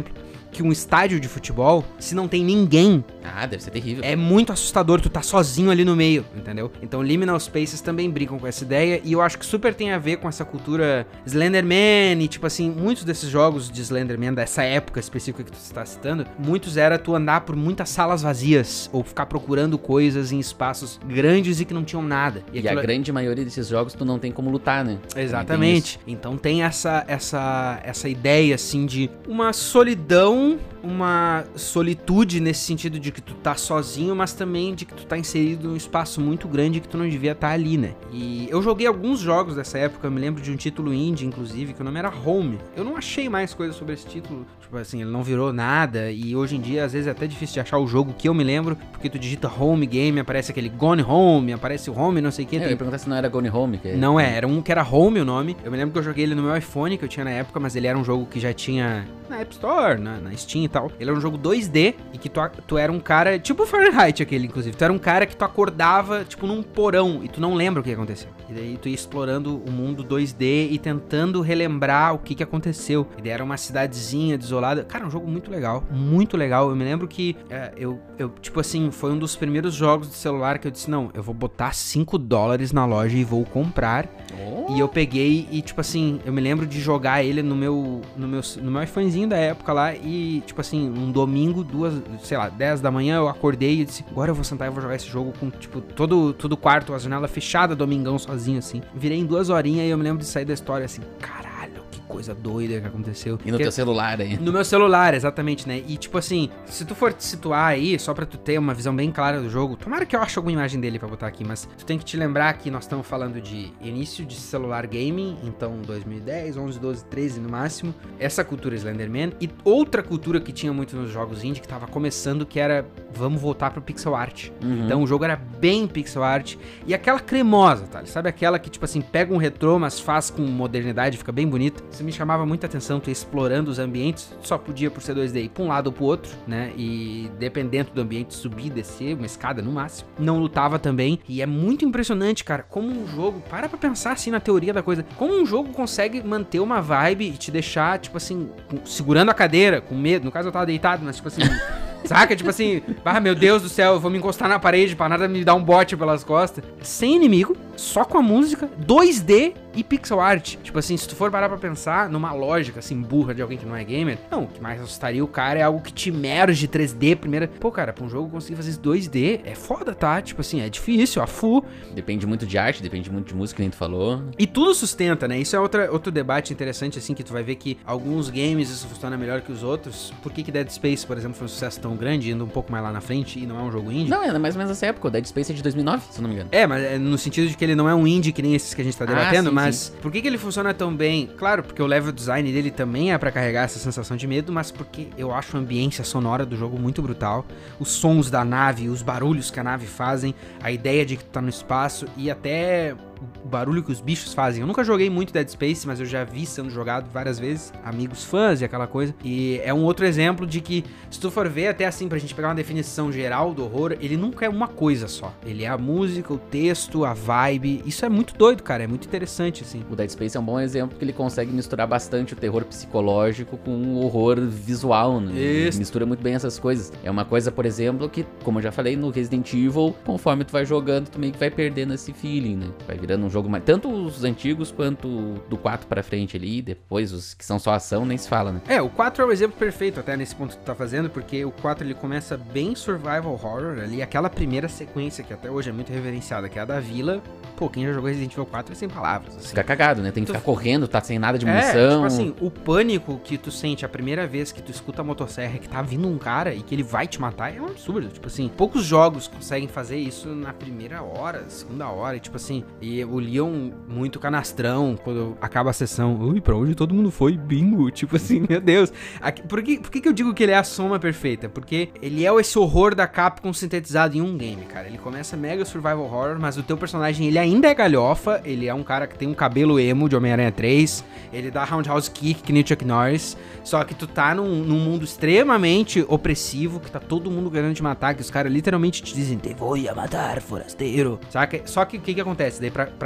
que um estádio de futebol se não tem ninguém. Ah, deve ser terrível. É muito assustador, tu tá sozinho ali no meio, entendeu? Então Liminal Spaces também brincam com essa ideia, e eu acho que super tem a ver com essa cultura Slenderman, e tipo assim, muitos desses jogos de Slenderman, dessa época específica que tu está citando, muitos era tu andar por muitas salas vazias, ou ficar procurando coisas em espaços grandes e que não tinham nada. E, E a aquilo- grande maioria desses jogos tu não tem como lutar, né? Exatamente. Então tem essa, essa, essa ideia, assim, de uma solidão, uma solitude nesse sentido de que tu tá sozinho, mas também de que tu tá inserido num espaço muito grande que tu não devia estar ali, né? E eu joguei alguns jogos dessa época, eu me lembro de um título indie, inclusive, que o nome era Home. Eu não achei mais coisas sobre esse título, tipo assim, ele não virou nada, e hoje em dia, às vezes, é até difícil de achar o jogo que eu me lembro, porque tu digita Home Game, aparece aquele Gone Home, aparece o Home, não sei o que. É, eu ia perguntar se não era Gone Home. Que Não é, era um que era Home o nome. Eu me lembro que eu joguei ele no meu iPhone, que eu tinha na época, mas ele era um jogo que já tinha na App Store, na, na Steam e tal. Ele era um jogo dois D e que tu, tu era um cara, tipo o Fahrenheit aquele, inclusive. Tu era um cara que tu acordava, tipo, num porão e tu não lembra o que aconteceu. E daí tu ia explorando o mundo dois D e tentando relembrar o que que aconteceu. E daí era uma cidadezinha desolada. Cara, um jogo muito legal, muito legal. Eu me lembro que é, eu, eu, tipo assim, foi um dos primeiros jogos de celular que eu disse, não, eu vou botar cinco dólares na loja e vou comprar. Oh. E eu peguei e, tipo assim, eu me lembro de jogar ele no meu, no meu, no meu iPhonezinho da época lá e, tipo assim, um domingo, duas, sei lá, dez da manhã, eu acordei e disse, agora eu vou sentar e vou jogar esse jogo com, tipo, todo, todo o quarto, a janela fechada, domingão sozinho, assim. Virei em duas horinhas e eu me lembro de sair da história assim, caralho, que coisa doida que aconteceu. E no Porque- teu celular aí. no meu celular, exatamente, né? E tipo assim, se tu for te situar aí, só pra tu ter uma visão bem clara do jogo, tomara que eu ache alguma imagem dele pra botar aqui, mas tu tem que te lembrar que nós estamos falando de início de celular gaming, então dois mil e dez, onze, doze, treze no máximo, essa cultura Slenderman, e outra cultura que tinha muito nos jogos indie, que tava começando, que era, vamos voltar pro pixel art. Uhum. Então o jogo era bem pixel art, e aquela cremosa, tá? Sabe aquela que, tipo assim, pega um retrô, mas faz com modernidade, fica bem bonita. Isso me chamava muita atenção, tu ia explorando os ambientes, só podia por ser dois D ir pra um lado ou pro outro, né? E dependendo do ambiente, subir, descer, uma escada no máximo. Não lutava também, e é muito impressionante, cara, como um jogo, para pra pensar assim na teoria da coisa, como um jogo consegue manter uma vibe e te deixar, tipo assim, com- segurando a cadeira, com medo. No caso eu tava deitado, mas tipo assim... Saca? Tipo assim, ah, meu Deus do céu, eu vou me encostar na parede pra nada me dar um bote pelas costas. Sem inimigo, só com a música, dois D e pixel art. Tipo assim, se tu for parar pra pensar numa lógica, assim, burra de alguém que não é gamer, não, o que mais assustaria o cara é algo que te emerge três D primeira. Pô, cara, pra um jogo conseguir fazer isso dois D é foda, tá? Tipo assim, é difícil, a full. Depende muito de arte, depende muito de música, que nem tu falou. E tudo sustenta, né? Isso é outra, outro debate interessante, assim, que tu vai ver que alguns games isso funciona melhor que os outros. Por que que Dead Space, por exemplo, foi um sucesso tão grande, indo um pouco mais lá na frente, e não é um jogo indie? Não, é mais ou menos nessa época. O Dead Space é de dois mil e nove, se eu não me engano. É, mas é no sentido de que ele não é um indie que nem esses que a gente tá debatendo, sim, mas por que que ele funciona tão bem? Claro, porque o level design dele também é pra carregar essa sensação de medo, mas porque eu acho a ambiência sonora do jogo muito brutal, os sons da nave, os barulhos que a nave fazem, a ideia de que tu tá no espaço e até o barulho que os bichos fazem. Eu nunca joguei muito Dead Space, mas eu já vi sendo jogado várias vezes, amigos fãs e aquela coisa. E é um outro exemplo de que, se tu for ver, até assim, pra gente pegar uma definição geral do horror, ele nunca é uma coisa só. Ele é a música, o texto, a vibe. Isso é muito doido, cara. É muito interessante, assim. O Dead Space é um bom exemplo porque ele consegue misturar bastante o terror psicológico com o horror visual, né? Ele Isso. mistura muito bem essas coisas. É uma coisa, por exemplo, que, como eu já falei, no Resident Evil, conforme tu vai jogando, tu meio que vai perdendo esse feeling, né? Vai virando um jogo mais... Tanto os antigos quanto do quatro pra frente ali, depois os que são só ação, nem se fala, né? É, o quatro é o exemplo perfeito até nesse ponto que tu tá fazendo, porque o quatro ele começa bem survival horror ali, aquela primeira sequência que até hoje é muito reverenciada, que é a da vila. Pô, quem já jogou Resident Evil quatro é sem palavras, assim. Fica cagado, né? Tem que Tu- ficar correndo, tá sem nada de É, munição. tipo assim, o pânico que tu sente a primeira vez que tu escuta a motosserra que tá vindo um cara e que ele vai te matar é um absurdo. Tipo assim, poucos jogos conseguem fazer isso na primeira hora, segunda hora, e tipo assim, e o Leon muito canastrão quando acaba a sessão. Ui, pra onde todo mundo foi? Bingo! Tipo assim, meu Deus. Aqui- por que, por que que eu digo que ele é a soma perfeita? Porque ele é esse horror da Capcom sintetizado em um game, cara. Ele começa mega survival horror, mas o teu personagem, ele ainda é galhofa, ele é um cara que tem um cabelo emo de Homem-Aranha três, ele dá roundhouse kick que nem o Chuck Norris, só que tu tá num, num mundo extremamente opressivo, que tá todo mundo querendo te matar, que os caras literalmente te dizem, te vou a matar, forasteiro, saca? Só que o que que acontece? Daí pra, pra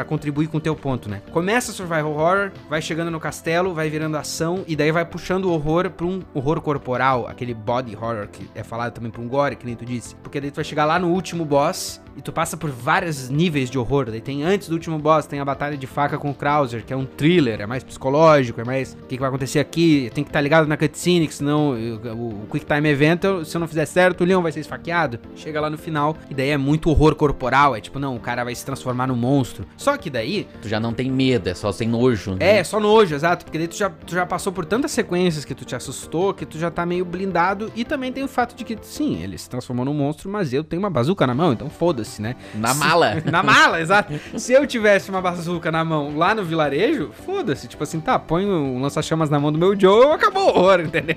pra contribuir com o teu ponto, né? Começa survival horror, vai chegando no castelo, vai virando ação, e daí vai puxando o horror pra um horror corporal, aquele body horror que é falado também pra um gore, que nem tu disse. Porque daí tu vai chegar lá no último boss, e tu passa por vários níveis de horror. Daí tem antes do último boss, tem a batalha de faca com o Krauser, que é um thriller, é mais psicológico, é mais o que, que vai acontecer aqui, tem que estar tá ligado na cutscene, que senão o, o Quick Time Event, se eu não fizer certo, o Leon vai ser esfaqueado. Chega lá no final, e daí é muito horror corporal, é tipo, não, o cara vai se transformar num monstro. Só que daí... Tu já não tem medo, é só sem nojo, né? É, só nojo, exato, porque daí tu já, tu já passou por tantas sequências que tu te assustou, que tu já tá meio blindado, e também tem o fato de que, sim, ele se transformou num monstro, mas eu tenho uma bazuca na mão, então foda-se. Né? Na mala. Se, na mala, exato. Se eu tivesse uma bazuca na mão lá no vilarejo, foda-se. Tipo assim, tá, põe um lança-chamas na mão do meu Joe, acabou o horror, entendeu?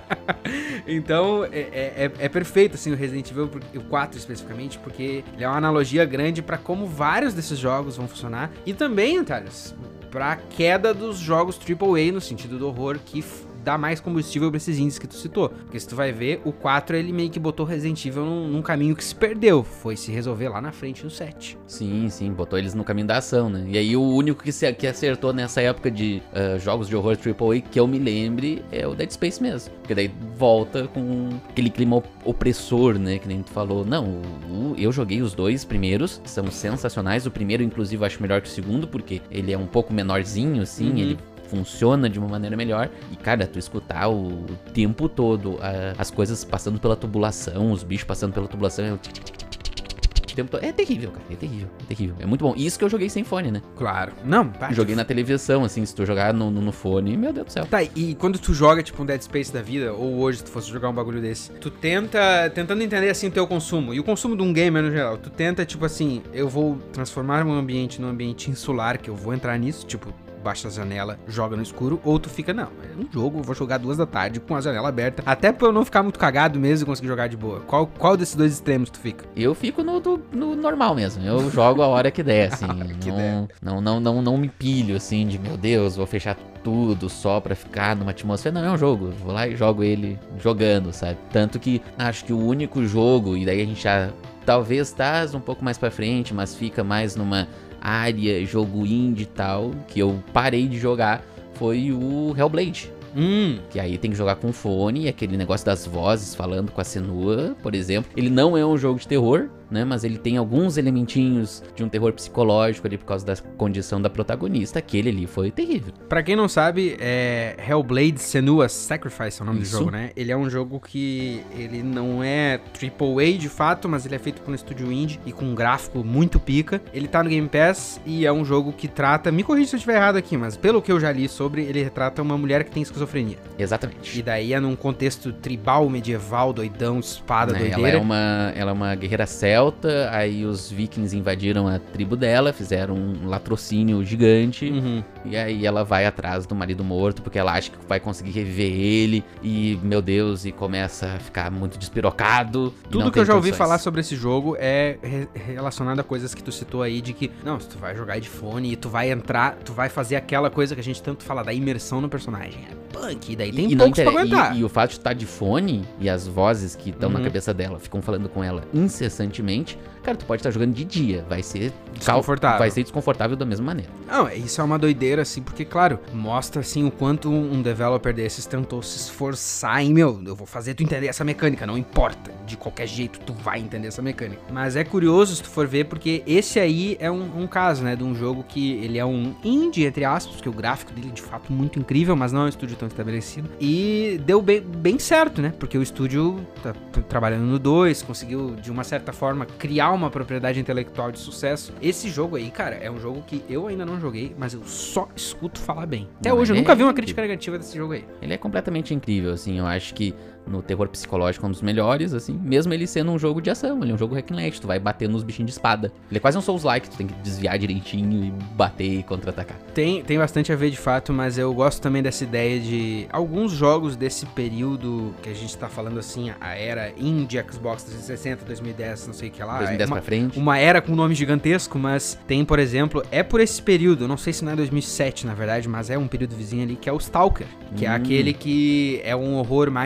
Então, é, é, é perfeito, assim, o Resident Evil, o quatro especificamente, porque ele é uma analogia grande pra como vários desses jogos vão funcionar. E também, Thales, pra queda dos jogos triplo A, no sentido do horror, que dá mais combustível pra esses índices que tu citou. Porque se tu vai ver, o quatro ele meio que botou Resident Evil num, num caminho que se perdeu. Foi se resolver lá na frente no sete. Sim, sim, botou eles no caminho da ação, né? E aí o único que, se, que acertou nessa época de uh, jogos de horror triplo A que eu me lembre é o Dead Space mesmo. Porque daí volta com aquele clima opressor, né? Que nem tu falou. Não, o, o, eu joguei os dois primeiros, são sensacionais. O primeiro, inclusive, eu acho melhor que o segundo, porque ele é um pouco menorzinho, assim, uhum. Ele funciona de uma maneira melhor. E, cara, tu escutar o tempo todo a, as coisas passando pela tubulação, os bichos passando pela tubulação, é o tic, tic, tic, tic, tic, tempo todo. É terrível, cara, é terrível, é terrível. É muito bom. Isso que eu joguei sem fone, né? Claro. Não, tá. Joguei na televisão, assim, se tu jogar no, no, no fone, meu Deus do céu. Tá, e quando tu joga, tipo, um Dead Space da vida, ou hoje, se tu fosse jogar um bagulho desse, tu tenta, tentando entender, assim, o teu consumo, e o consumo de um gamer no geral, tu tenta, tipo assim, eu vou transformar meu ambiente num ambiente insular, que eu vou entrar nisso, tipo, baixa a janela, joga no escuro, ou tu fica, não, é um jogo, eu vou jogar duas da tarde com a janela aberta, até pra eu não ficar muito cagado mesmo e conseguir jogar de boa. Qual, qual desses dois extremos tu fica? Eu fico no, do, no normal mesmo, eu jogo a hora que der, assim, que não, der. Não, não, não, não me pilho, assim, de meu Deus, vou fechar tudo só pra ficar numa atmosfera. Não, é um jogo, eu vou lá e jogo ele jogando, sabe? Tanto que acho que o único jogo, e daí a gente já talvez tá um pouco mais pra frente, mas fica mais numa área, jogo indie e tal, que eu parei de jogar, foi o Hellblade. Hum. Que aí tem que jogar com fone, aquele negócio das vozes falando com a Senua, por exemplo. Ele não é um jogo de terror, né? Mas ele tem alguns elementinhos de um terror psicológico ali por causa da condição da protagonista. Aquele ali foi terrível. Pra quem não sabe, é Hellblade Senua's Sacrifice é o nome Isso. do jogo, né? Ele é um jogo que ele não é triplo A de fato, mas ele é feito por um estúdio indie e com um gráfico muito pica. Ele tá no Game Pass e é um jogo que trata, me corrija se eu estiver errado aqui, mas pelo que eu já li sobre, ele retrata uma mulher que tem esquizofrenia. Exatamente. E daí é num contexto tribal, medieval, doidão, espada, Né, doideira. Ela é uma, ela é uma guerreira celta, aí os vikings invadiram a tribo dela, fizeram um latrocínio gigante, Uhum. e aí ela vai atrás do marido morto, porque ela acha que vai conseguir reviver ele, e, meu Deus, e começa a ficar muito despirocado. Tudo que eu já ouvi falar sobre esse jogo é re- relacionado a coisas que tu citou aí, de que, não, se tu vai jogar de fone e tu vai entrar, tu vai fazer aquela coisa que a gente tanto fala, da imersão no personagem. É punk, e daí tem e, não poucos inter... pra aguentar. E, e o fato de estar de fone e as vozes que estão Uhum. na cabeça dela ficam falando com ela incessantemente, cara, tu pode estar jogando de dia, vai ser Desconfortável. Vai ser desconfortável da mesma maneira. Não, isso é uma doideira, assim, porque, claro, mostra, assim, o quanto um developer desses tentou se esforçar em, meu, eu vou fazer tu entender essa mecânica, não importa, de qualquer jeito tu vai entender essa mecânica. Mas é curioso se tu for ver, porque esse aí é um, um caso, né, de um jogo que ele é um indie, entre aspas, porque o gráfico dele é de fato muito incrível, mas não é um estúdio tão estabelecido. E deu bem, bem certo, né, porque o estúdio tá trabalhando no dois, conseguiu, de uma certa forma, criar uma propriedade intelectual de sucesso. Esse jogo aí, cara, é um jogo que eu ainda não joguei, mas eu só escuto falar bem. Até Não, hoje eu é nunca vi uma incrível. crítica negativa desse jogo aí. Ele é completamente incrível, assim, eu acho que no terror psicológico é um dos melhores, assim, mesmo ele sendo um jogo de ação, ele é um jogo hack and slash, tu vai bater nos bichinhos de espada. Ele é quase um Souls-like, tu tem que desviar direitinho e bater e contra-atacar. Tem, tem bastante a ver de fato, mas eu gosto também dessa ideia de alguns jogos desse período que a gente tá falando assim, a era indie, Xbox trezentos e sessenta, dois mil e dez, não sei o que lá. dois mil e dez uma, pra frente. Uma era com um nome gigantesco, mas tem, por exemplo, é por esse período, não sei se não é dois mil e sete na verdade, mas é um período vizinho ali, que é o Stalker, que é Hum. aquele que é um horror mais a ver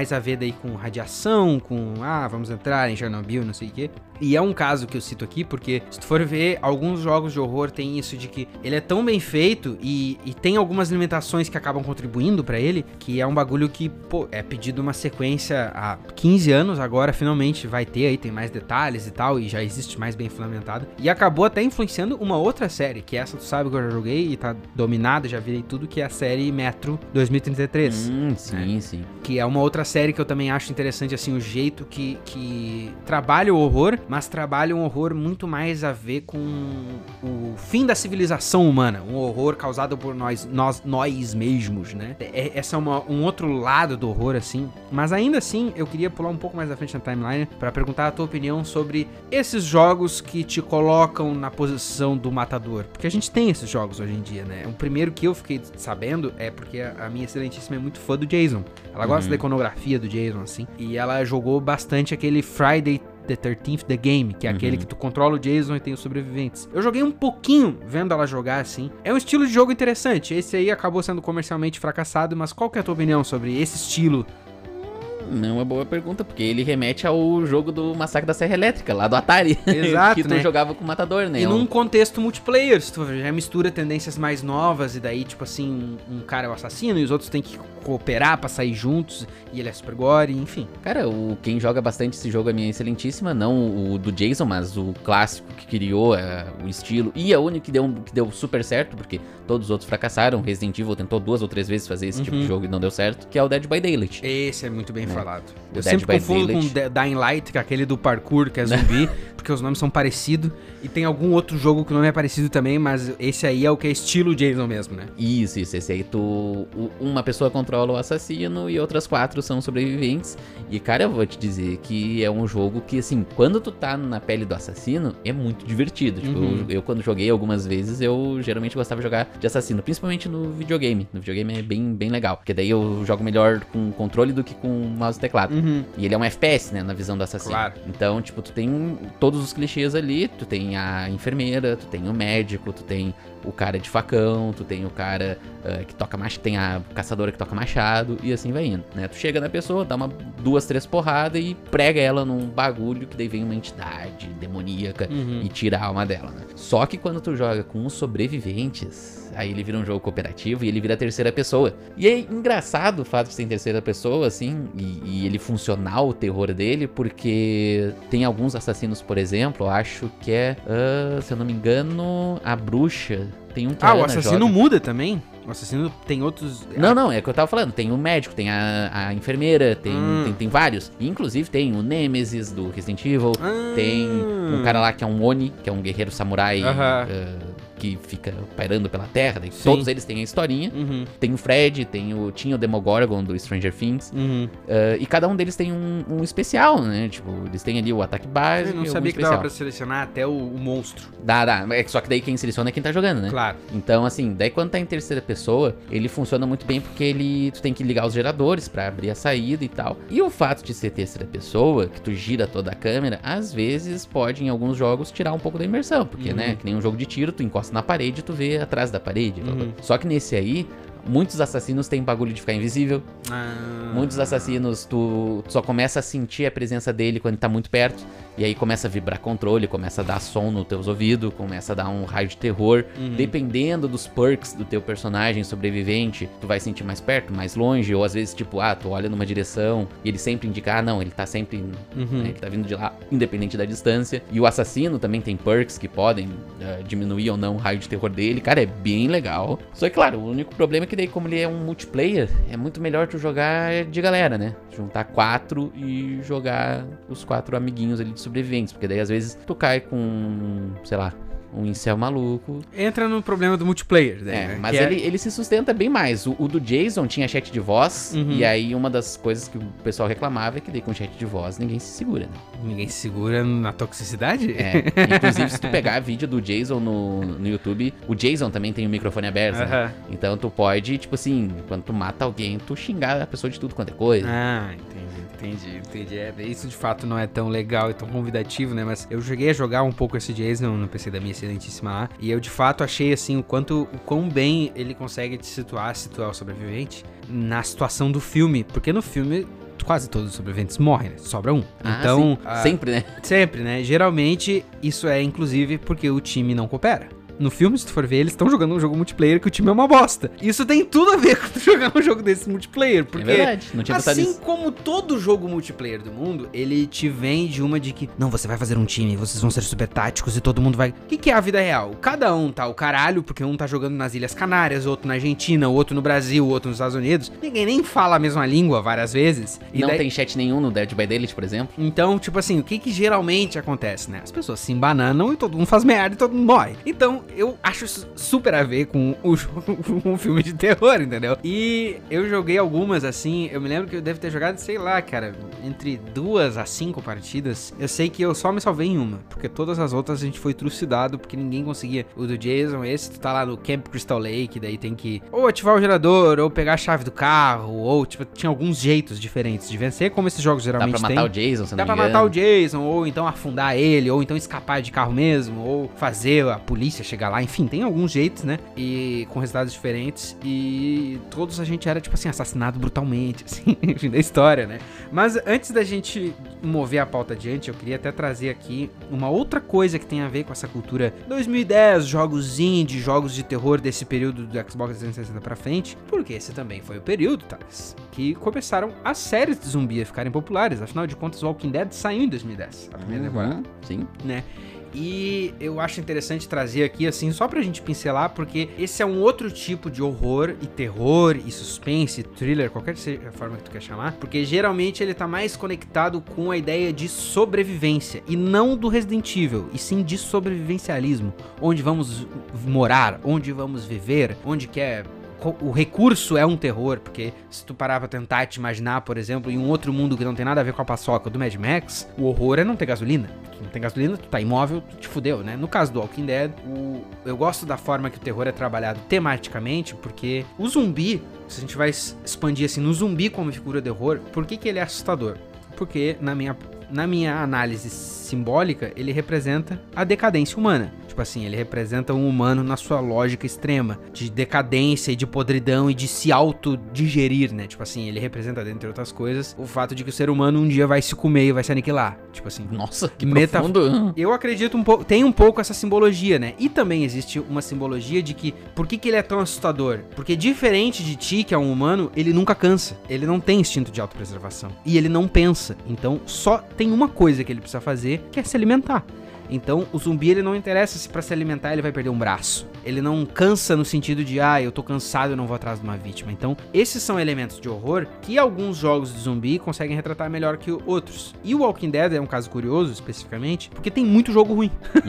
aí com radiação, com, ah, vamos entrar em Chernobyl, não sei o quê. E é um caso que eu cito aqui, porque se tu for ver, alguns jogos de horror tem isso de que ele é tão bem feito e, e tem algumas limitações que acabam contribuindo pra ele, que é um bagulho que, pô, é pedido uma sequência há quinze anos, agora finalmente vai ter aí, tem mais detalhes e tal, e já existe mais bem fundamentado. E acabou até influenciando uma outra série, que essa tu sabe que eu já joguei e tá dominada, já virei tudo, que é a série Metro dois mil e trinta e três. Hum, sim, né? sim. Que é uma outra série que eu também acho interessante, assim, o jeito que, que trabalha o horror, mas trabalha um horror muito mais a ver com o fim da civilização humana, um horror causado por nós, nós, nós mesmos, né? É, essa é uma, um outro lado do horror, assim, mas ainda assim, eu queria pular um pouco mais à frente na timeline pra perguntar a tua opinião sobre esses jogos que te colocam na posição do matador, porque a gente tem esses jogos hoje em dia, né? O primeiro que eu fiquei sabendo é porque a minha excelentíssima é muito fã do Jason, ela gosta Uhum. da iconografia do Jason, assim, e ela jogou bastante aquele Friday the thirteenth The Game, que é Uhum. aquele que tu controla o Jason e tem os sobreviventes. Eu joguei um pouquinho vendo ela jogar, assim. É um estilo de jogo interessante. Esse aí acabou sendo comercialmente fracassado, mas qual que é a tua opinião sobre esse estilo? Não é uma boa pergunta, porque ele remete ao jogo do Massacre da Serra Elétrica, lá do Atari. Exato, que tu né? jogava com o Matador, né? E É num um- contexto multiplayer, se tu já mistura tendências mais novas, e daí, tipo assim, um cara é o assassino e os outros têm que cooperar pra sair juntos, e ele é super gore, enfim. Cara, o, quem joga bastante esse jogo é minha excelentíssima, não o do Jason, mas o clássico que criou é, o estilo, e a única que deu, que deu super certo, porque todos os outros fracassaram. Resident Evil tentou duas ou três vezes fazer esse tipo de Uhum. jogo e não deu certo, que é o Dead by Daylight. Esse é muito bem Né? falado. O Eu Dead sempre by confundo Daylight. com D- Dying Light, que é aquele do parkour, que é zumbi, porque os nomes são parecidos. E tem algum outro jogo que o nome é parecido também, mas esse aí é o que é estilo Jason mesmo, né? Isso, isso, esse aí tu. o- Uma pessoa controla o assassino e outras quatro são sobreviventes. E, cara, eu vou te dizer que é um jogo que, assim, quando tu tá na pele do assassino, é muito divertido. Tipo, Uhum. eu, eu quando joguei algumas vezes, eu geralmente gostava de jogar de assassino, principalmente no videogame. No videogame é bem, bem legal, porque daí eu jogo melhor com controle do que com mouse e teclado. Uhum. E ele é um F P S, né, na visão do assassino. Claro. Então, tipo, tu tem todos os clichês ali, tu tem a enfermeira, tu tem o médico, tu tem o cara de facão, tu tem o cara ah, que toca machado, tem a caçadora que toca machado, e assim vai indo, né? Tu chega na pessoa, dá uma, duas, três porradas e prega ela num bagulho que daí vem uma entidade demoníaca Uhum. e tira a alma dela, né? Só que quando tu joga com os sobreviventes, aí ele vira um jogo cooperativo e ele vira terceira pessoa. E é engraçado o fato de ser em terceira pessoa, assim, e, e ele funcionar o terror dele, porque tem alguns assassinos, por exemplo, eu acho que é, ah, se eu não me engano, a bruxa. Tem um que a Ah, o Ana assassino joga. muda também? O assassino tem outros... Não, não, é o que eu tava falando. Tem o médico, tem a, a enfermeira, tem, Hum. tem, tem vários. E, inclusive tem o Nemesis do Resident Evil. Ah. Tem um cara lá que é um Oni, que é um guerreiro samurai Aham. ah, que fica pairando pela terra. Daí Sim. todos eles têm a historinha. Uhum. Tem o Fred, tem o, tinha o Demogorgon do Stranger Things. Uhum. ah, e cada um deles tem um, um especial, né? Tipo, eles têm ali o ataque Eu básico. não e sabia algum que dava especial. pra selecionar até o, o monstro. Dá, dá. É que só que daí quem seleciona é quem tá jogando, né? Claro. Então, assim, daí quando tá em terceira pessoa, ele funciona muito bem porque ele tu tem que ligar os geradores pra abrir a saída e tal. E o fato de ser terceira pessoa, que tu gira toda a câmera, às vezes pode, em alguns jogos, tirar um pouco da imersão. Porque, Uhum. né, que nem um jogo de tiro, tu encosta na parede e tu vê atrás da parede. blá, blá. Uhum. Só que nesse aí, muitos assassinos têm bagulho de ficar invisível. Ah. Muitos assassinos, tu, tu só começa a sentir a presença dele quando tá muito perto. E aí começa a vibrar controle, começa a dar som nos teus ouvidos, começa a dar um raio de terror. Uhum. Dependendo dos perks do teu personagem sobrevivente, tu vai sentir mais perto, mais longe. Ou às vezes, tipo, ah, tu olha numa direção e ele sempre indica, ah, não, ele tá sempre, Uhum. né, ele tá vindo de lá, independente da distância. E o assassino também tem perks que podem ah, diminuir ou não o raio de terror dele. Cara, é bem legal. Só que, claro, o único problema é que daí, como ele é um multiplayer, é muito melhor tu jogar de galera, né? Juntar quatro e jogar os quatro amiguinhos ali de sobreviventes. Porque daí, às vezes, tu cai com, sei lá, um incel maluco. Entra no problema do multiplayer, né? É, mas Que é- ele, ele se sustenta bem mais. O, o do Jason tinha chat de voz, Uhum. e aí uma das coisas que o pessoal reclamava é que daí com chat de voz ninguém se segura, né? Ninguém se segura na toxicidade? É, inclusive se tu pegar vídeo do Jason no, no YouTube, o Jason também tem o microfone aberto, né? Aham. Então tu pode, tipo assim, quando tu mata alguém, tu xingar a pessoa de tudo quanto é coisa. Ah, entendi, entendi, entendi. É, isso de fato não é tão legal e tão convidativo, né? Mas eu cheguei a jogar um pouco esse Jason no P C da minha excelentíssima lá. E eu de fato achei assim o quanto, o quão bem ele consegue te situar, se tu é o sobrevivente, na situação do filme. Porque no filme quase todos os sobreviventes morrem, né? Sobra um. Ah, então, sim. Sempre, né? Sempre, né? Geralmente, isso é inclusive porque o time não coopera. No filme, se tu for ver, eles estão jogando um jogo multiplayer que o time é uma bosta. Isso tem tudo a ver com tu jogar um jogo desse multiplayer, porque... É verdade, não tinha pensado assim nisso. como todo jogo multiplayer do mundo, ele te vende uma de que, não, você vai fazer um time, vocês vão ser super táticos e todo mundo vai... O que, que é a vida real? Cada um tá o caralho, porque um tá jogando nas Ilhas Canárias, outro na Argentina, outro no Brasil, outro nos Estados Unidos. Ninguém nem fala a mesma língua várias vezes. E não daí... tem chat nenhum no Dead by Daylight, por exemplo. Então, tipo assim, o que que geralmente acontece, né? As pessoas se embananam e todo mundo faz merda e todo mundo morre. Então, eu acho isso super a ver com o jogo, com um filme de terror, entendeu? E eu joguei algumas, assim, eu me lembro que eu devo ter jogado, sei lá, cara, entre duas a cinco partidas. Eu sei que eu só me salvei em uma, porque todas as outras a gente foi trucidado, porque ninguém conseguia. O do Jason, esse, tu tá lá no Camp Crystal Lake, daí tem que ou ativar o gerador, ou pegar a chave do carro, ou, tipo, tinha alguns jeitos diferentes de vencer, como esses jogos geralmente tem. Dá pra matar tem. o Jason, se Dá não me pra engano. matar o Jason, ou então afundar ele, ou então escapar de carro mesmo, ou fazer a polícia chegar lá, enfim, tem alguns jeitos, né, e com resultados diferentes, e todos a gente era, tipo assim, assassinado brutalmente, assim, enfim, da história, né. Mas antes da gente mover a pauta adiante, eu queria até trazer aqui uma outra coisa que tem a ver com essa cultura dois mil e dez, jogos indie, jogos de terror desse período do Xbox trezentos e sessenta pra frente, porque esse também foi o período, Thales, que começaram as séries de zumbi a ficarem populares. Afinal de contas, Walking Dead saiu em dois mil e dez, a primeira temporada. Uhum, sim. Né? E eu acho interessante trazer aqui, assim, só pra gente pincelar, porque esse é um outro tipo de horror e terror e suspense, thriller, qualquer seja a forma que tu quer chamar, porque geralmente ele tá mais conectado com a ideia de sobrevivência, e não do Resident Evil, e sim de sobrevivencialismo, onde vamos morar, onde vamos viver, onde quer... O recurso é um terror, porque se tu parar pra tentar te imaginar, por exemplo, em um outro mundo que não tem nada a ver com a paçoca do Mad Max, o horror é não ter gasolina. Tu não tem gasolina, tu tá imóvel, tu te fudeu, né? No caso do Walking Dead, o... eu gosto da forma que o terror é trabalhado tematicamente, porque o zumbi, se a gente vai expandir assim, no zumbi como figura de horror, por que que ele é assustador? Porque, na minha, na minha análise simbólica, ele representa a decadência humana. Tipo assim, ele representa um humano na sua lógica extrema, de decadência e de podridão e de se autodigerir, né? Tipo assim, ele representa, dentre outras coisas, o fato de que o ser humano um dia vai se comer e vai se aniquilar. Tipo assim... Nossa, que meta... profundo. Eu acredito um pouco... Tem um pouco essa simbologia, né? E também existe uma simbologia de que... Por que que ele é tão assustador? Porque diferente de ti, que é um humano, ele nunca cansa. Ele não tem instinto de autopreservação. E ele não pensa. Então, só tem uma coisa que ele precisa fazer, que é se alimentar. Então, o zumbi, ele não interessa se pra se alimentar ele vai perder um braço. Ele não cansa no sentido de, ah, eu tô cansado, eu não vou atrás de uma vítima. Então, esses são elementos de horror que alguns jogos de zumbi conseguem retratar melhor que outros. E o Walking Dead é um caso curioso, especificamente, porque tem muito jogo ruim.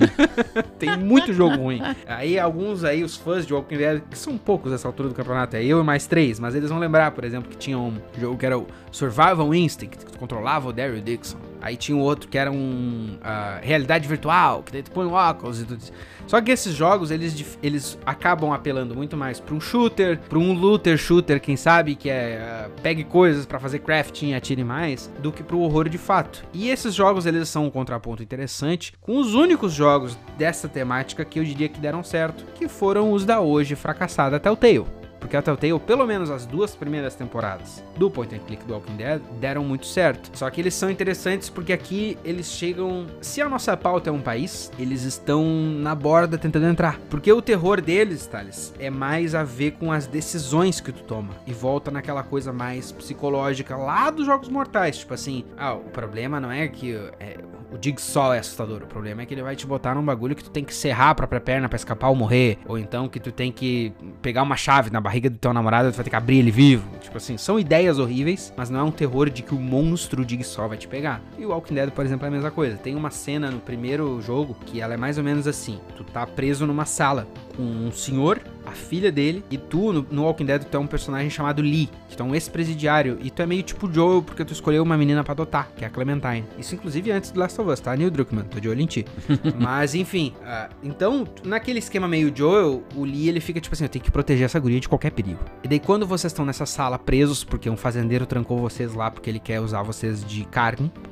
Tem muito jogo ruim. Aí, alguns aí, os fãs de Walking Dead, que são poucos nessa altura do campeonato, é eu e mais três, mas eles vão lembrar, por exemplo, que tinha um jogo que era o Survival Instinct, que controlava o Daryl Dixon. Aí tinha um outro que era um uh, realidade virtual, que daí tu põe um óculos e tudo isso. Só que esses jogos, eles, eles acabam apelando muito mais pra um shooter, pra um looter shooter, quem sabe, que é uh, pegue coisas pra fazer crafting e atire mais, do que pro horror de fato. E esses jogos, eles são um contraponto interessante com os únicos jogos dessa temática que eu diria que deram certo, que foram os da hoje fracassada Telltale. Porque a Telltale, pelo menos as duas primeiras temporadas do Point and Click do Walking Dead, deram muito certo. Só que eles são interessantes porque aqui eles chegam... Se a nossa pauta é um país, eles estão na borda tentando entrar. Porque o terror deles, Thales, é mais a ver com as decisões que tu toma. E volta naquela coisa mais psicológica lá dos Jogos Mortais. Tipo assim, ah, o problema não é que... É, o Jigsaw é assustador, o problema é que ele vai te botar num bagulho que tu tem que serrar a própria perna pra escapar ou morrer, ou então que tu tem que pegar uma chave na barriga do teu namorado e tu vai ter que abrir ele vivo. Tipo assim, são ideias horríveis, mas não é um terror de que o monstro Jigsaw vai te pegar. E o Walking Dead, por exemplo, é a mesma coisa. Tem uma cena no primeiro jogo que ela é mais ou menos assim, tu tá preso numa sala com um senhor, a filha dele, e tu, no, no Walking Dead, tu é um personagem chamado Lee, que tu é um ex-presidiário, e tu é meio tipo Joel, porque tu escolheu uma menina pra adotar, que é a Clementine. Isso, inclusive, antes do Last of Us, tá, Neil Druckmann? Tô de olho em ti. Mas, enfim, uh, então, naquele esquema meio Joel, o Lee, ele fica tipo assim, eu tenho que proteger essa guria de qualquer perigo. E daí, quando vocês estão nessa sala presos, porque um fazendeiro trancou vocês lá, porque ele quer usar vocês de carne, porque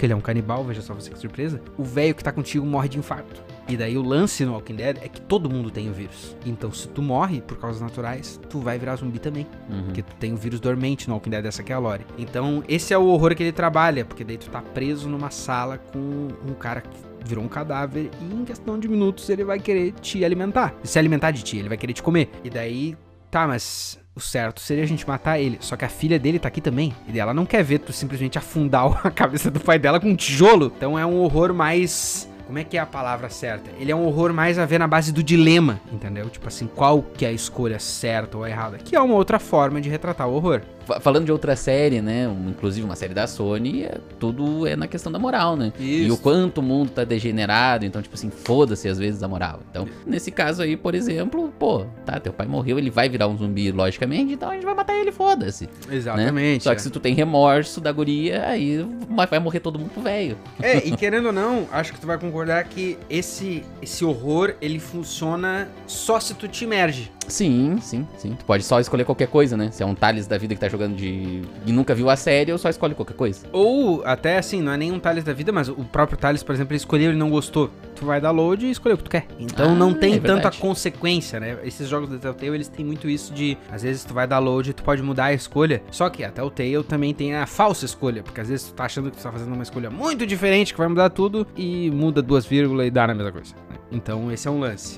porque ele é um canibal, veja só você que surpresa, o velho que tá contigo morre de infarto. E daí o lance no Walking Dead é que todo mundo tem o vírus. Então se tu morre por causas naturais, tu vai virar zumbi também. Uhum. Porque tu tem o vírus dormente no Walking Dead, essa que é a lore. Então esse é o horror que ele trabalha, porque daí tu tá preso numa sala com um cara que virou um cadáver e em questão de minutos ele vai querer te alimentar. Se alimentar de ti, ele vai querer te comer. E daí, tá, mas o certo seria a gente matar ele. Só que a filha dele tá aqui também. E ela não quer ver tu simplesmente afundar a cabeça do pai dela com um tijolo. Então é um horror mais... Como é que é a palavra certa? Ele é um horror mais a ver na base do dilema, entendeu? Tipo assim, qual que é a escolha certa ou errada? Que é uma outra forma de retratar o horror. Falando de outra série, né, inclusive uma série da Sony, é, tudo é na questão da moral, né? Isso. E o quanto o mundo tá degenerado, então, tipo assim, foda-se às vezes a moral. Então, nesse caso aí, por exemplo, pô, tá, teu pai morreu, ele vai virar um zumbi, logicamente, então a gente vai matar ele, foda-se. Exatamente. Né? Só que é. se tu tem remorso da guria, aí vai morrer todo mundo pro velho. É, e querendo ou não, acho que tu vai concordar que esse, esse horror, ele funciona só se tu te imerge. Sim, sim, sim. Tu pode só escolher qualquer coisa, né? Se é um Thales da vida que tá jogando de... e nunca viu a série, ou só escolhe qualquer coisa. Ou até assim, não é nem um Thales da vida, mas o próprio Thales, por exemplo, ele escolheu, ele não gostou. Tu vai dar load e escolher o que tu quer. Então ah, não tem é tanta consequência, né? Esses jogos da Telltale, eles têm muito isso de... Às vezes tu vai dar load e tu pode mudar a escolha. Só que a Telltale também tem a falsa escolha. Porque às vezes tu tá achando que tu tá fazendo uma escolha muito diferente, que vai mudar tudo, e muda duas vírgulas e dá na mesma coisa. Né? Então esse é um lance.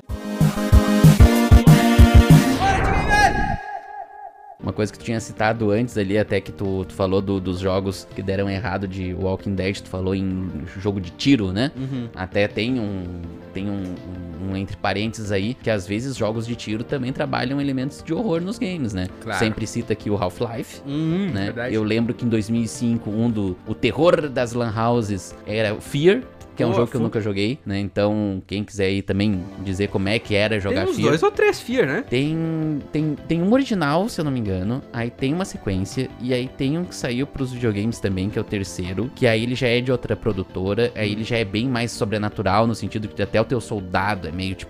Uma coisa que tu tinha citado antes ali, até que tu, tu falou do, dos jogos que deram errado de Walking Dead, tu falou em jogo de tiro, né? Uhum. Até tem um tem um, um, um entre parênteses aí, que às vezes jogos de tiro também trabalham elementos de horror nos games, né? Claro. Sempre cita aqui o Half-Life, uhum, né? Verdade. Eu lembro que em dois mil e cinco, um do o terror das lan houses era o Fear, que é um Pô, jogo que eu nunca joguei, né? Então, quem quiser aí também dizer como é que era jogar Fear... Tem uns Fear, dois ou três Fear, né? Tem, tem, tem um original, se eu não me engano, aí tem uma sequência, e aí tem um que saiu pros videogames também, que é o terceiro, que aí ele já é de outra produtora, aí ele já é bem mais sobrenatural, no sentido que até o teu soldado é meio, tipo...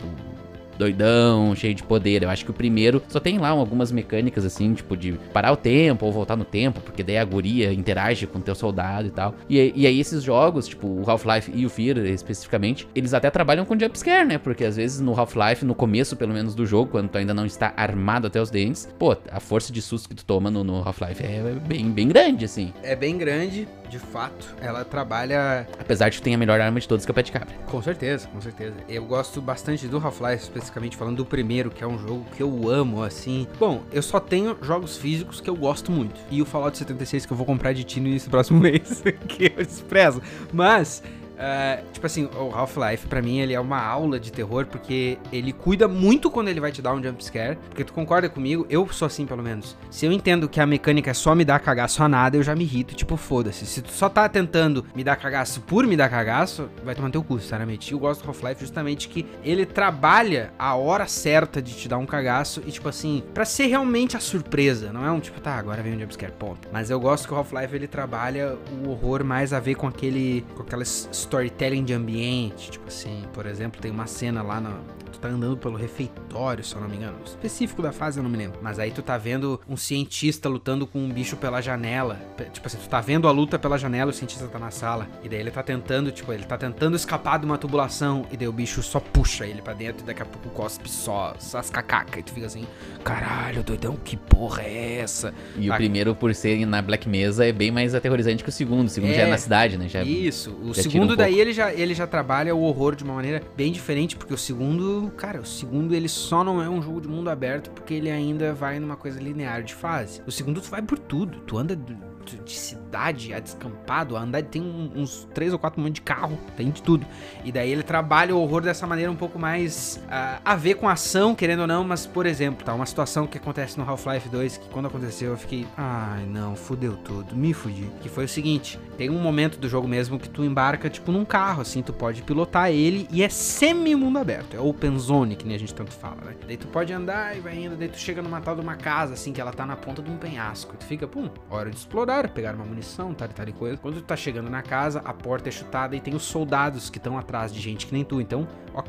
doidão, cheio de poder. Eu acho que o primeiro só tem lá algumas mecânicas assim, tipo de parar o tempo ou voltar no tempo, porque daí a guria interage com o teu soldado e tal. E, e aí esses jogos, tipo o Half-Life e o Fear especificamente, eles até trabalham com jumpscare, né? Porque às vezes no Half-Life, no começo pelo menos do jogo, quando tu ainda não está armado até os dentes, pô, a força de susto que tu toma no, no Half-Life é bem, bem grande, assim. É bem grande, de fato. Ela trabalha... Apesar de que tu tem a melhor arma de todas, que é o pé de cabra. Com certeza, com certeza. Eu gosto bastante do Half-Life, especificamente falando do primeiro, que é um jogo que eu amo, assim. Bom, eu só tenho jogos físicos que eu gosto muito. E o Fallout setenta e seis que eu vou comprar de ti no início do próximo mês, que eu desprezo. Mas... Uh, tipo assim, o Half-Life, pra mim, ele é uma aula de terror, porque ele cuida muito quando ele vai te dar um jumpscare, porque tu concorda comigo? Eu sou assim, pelo menos. Se eu entendo que a mecânica é só me dar cagaço a nada, eu já me irrito, tipo, foda-se. Se tu só tá tentando me dar cagaço por me dar cagaço, vai tomar teu cu, sinceramente. Eu gosto do Half-Life justamente que ele trabalha a hora certa de te dar um cagaço e, tipo assim, pra ser realmente a surpresa, não é um tipo, tá, agora vem um jumpscare, ponto. Mas eu gosto que o Half-Life, ele trabalha o horror mais a ver com aquele, com aquelas storytelling de ambiente, tipo assim, por exemplo, tem uma cena lá no... Tu tá andando pelo refeitório, se eu não me engano. O específico da fase eu não me lembro. Mas aí tu tá vendo um cientista lutando com um bicho pela janela. Tipo assim, tu tá vendo a luta pela janela, o cientista tá na sala. E daí ele tá tentando, tipo, ele tá tentando escapar de uma tubulação. E daí o bicho só puxa ele pra dentro e daqui a pouco cospe só, só as cacacas. E tu fica assim, caralho, doidão, que porra é essa? E a... o primeiro, por ser na Black Mesa, é bem mais aterrorizante que o segundo. O segundo é, já é na cidade, né? Já, isso. O já segundo um daí ele já, ele já trabalha o horror de uma maneira bem diferente, porque o segundo, cara, o segundo ele só não é um jogo de mundo aberto porque ele ainda vai numa coisa linear de fase. O segundo tu vai por tudo, tu anda de cidade a descampado, a andar, tem uns três ou quatro monte de carro, tem de tudo. E daí ele trabalha o horror dessa maneira um pouco mais uh, a ver com a ação, querendo ou não, mas por exemplo, tá, uma situação que acontece no Half-Life dois, que quando aconteceu eu fiquei, ai não, fudeu tudo, me fudi. Que foi o seguinte, tem um momento do jogo mesmo que tu embarca tipo num carro, assim, tu pode pilotar ele e é semi-mundo aberto, é open zone, que nem a gente tanto fala, né? Daí tu pode andar e vai indo, daí tu chega numa tal de uma casa, assim, que ela tá na ponta de um penhasco, e tu fica, pum, hora de explorar, pegar uma munição, tal e tal e coisa. Quando tu tá chegando na casa, a porta é chutada e tem os soldados que estão atrás de gente que nem tu. Então, ok,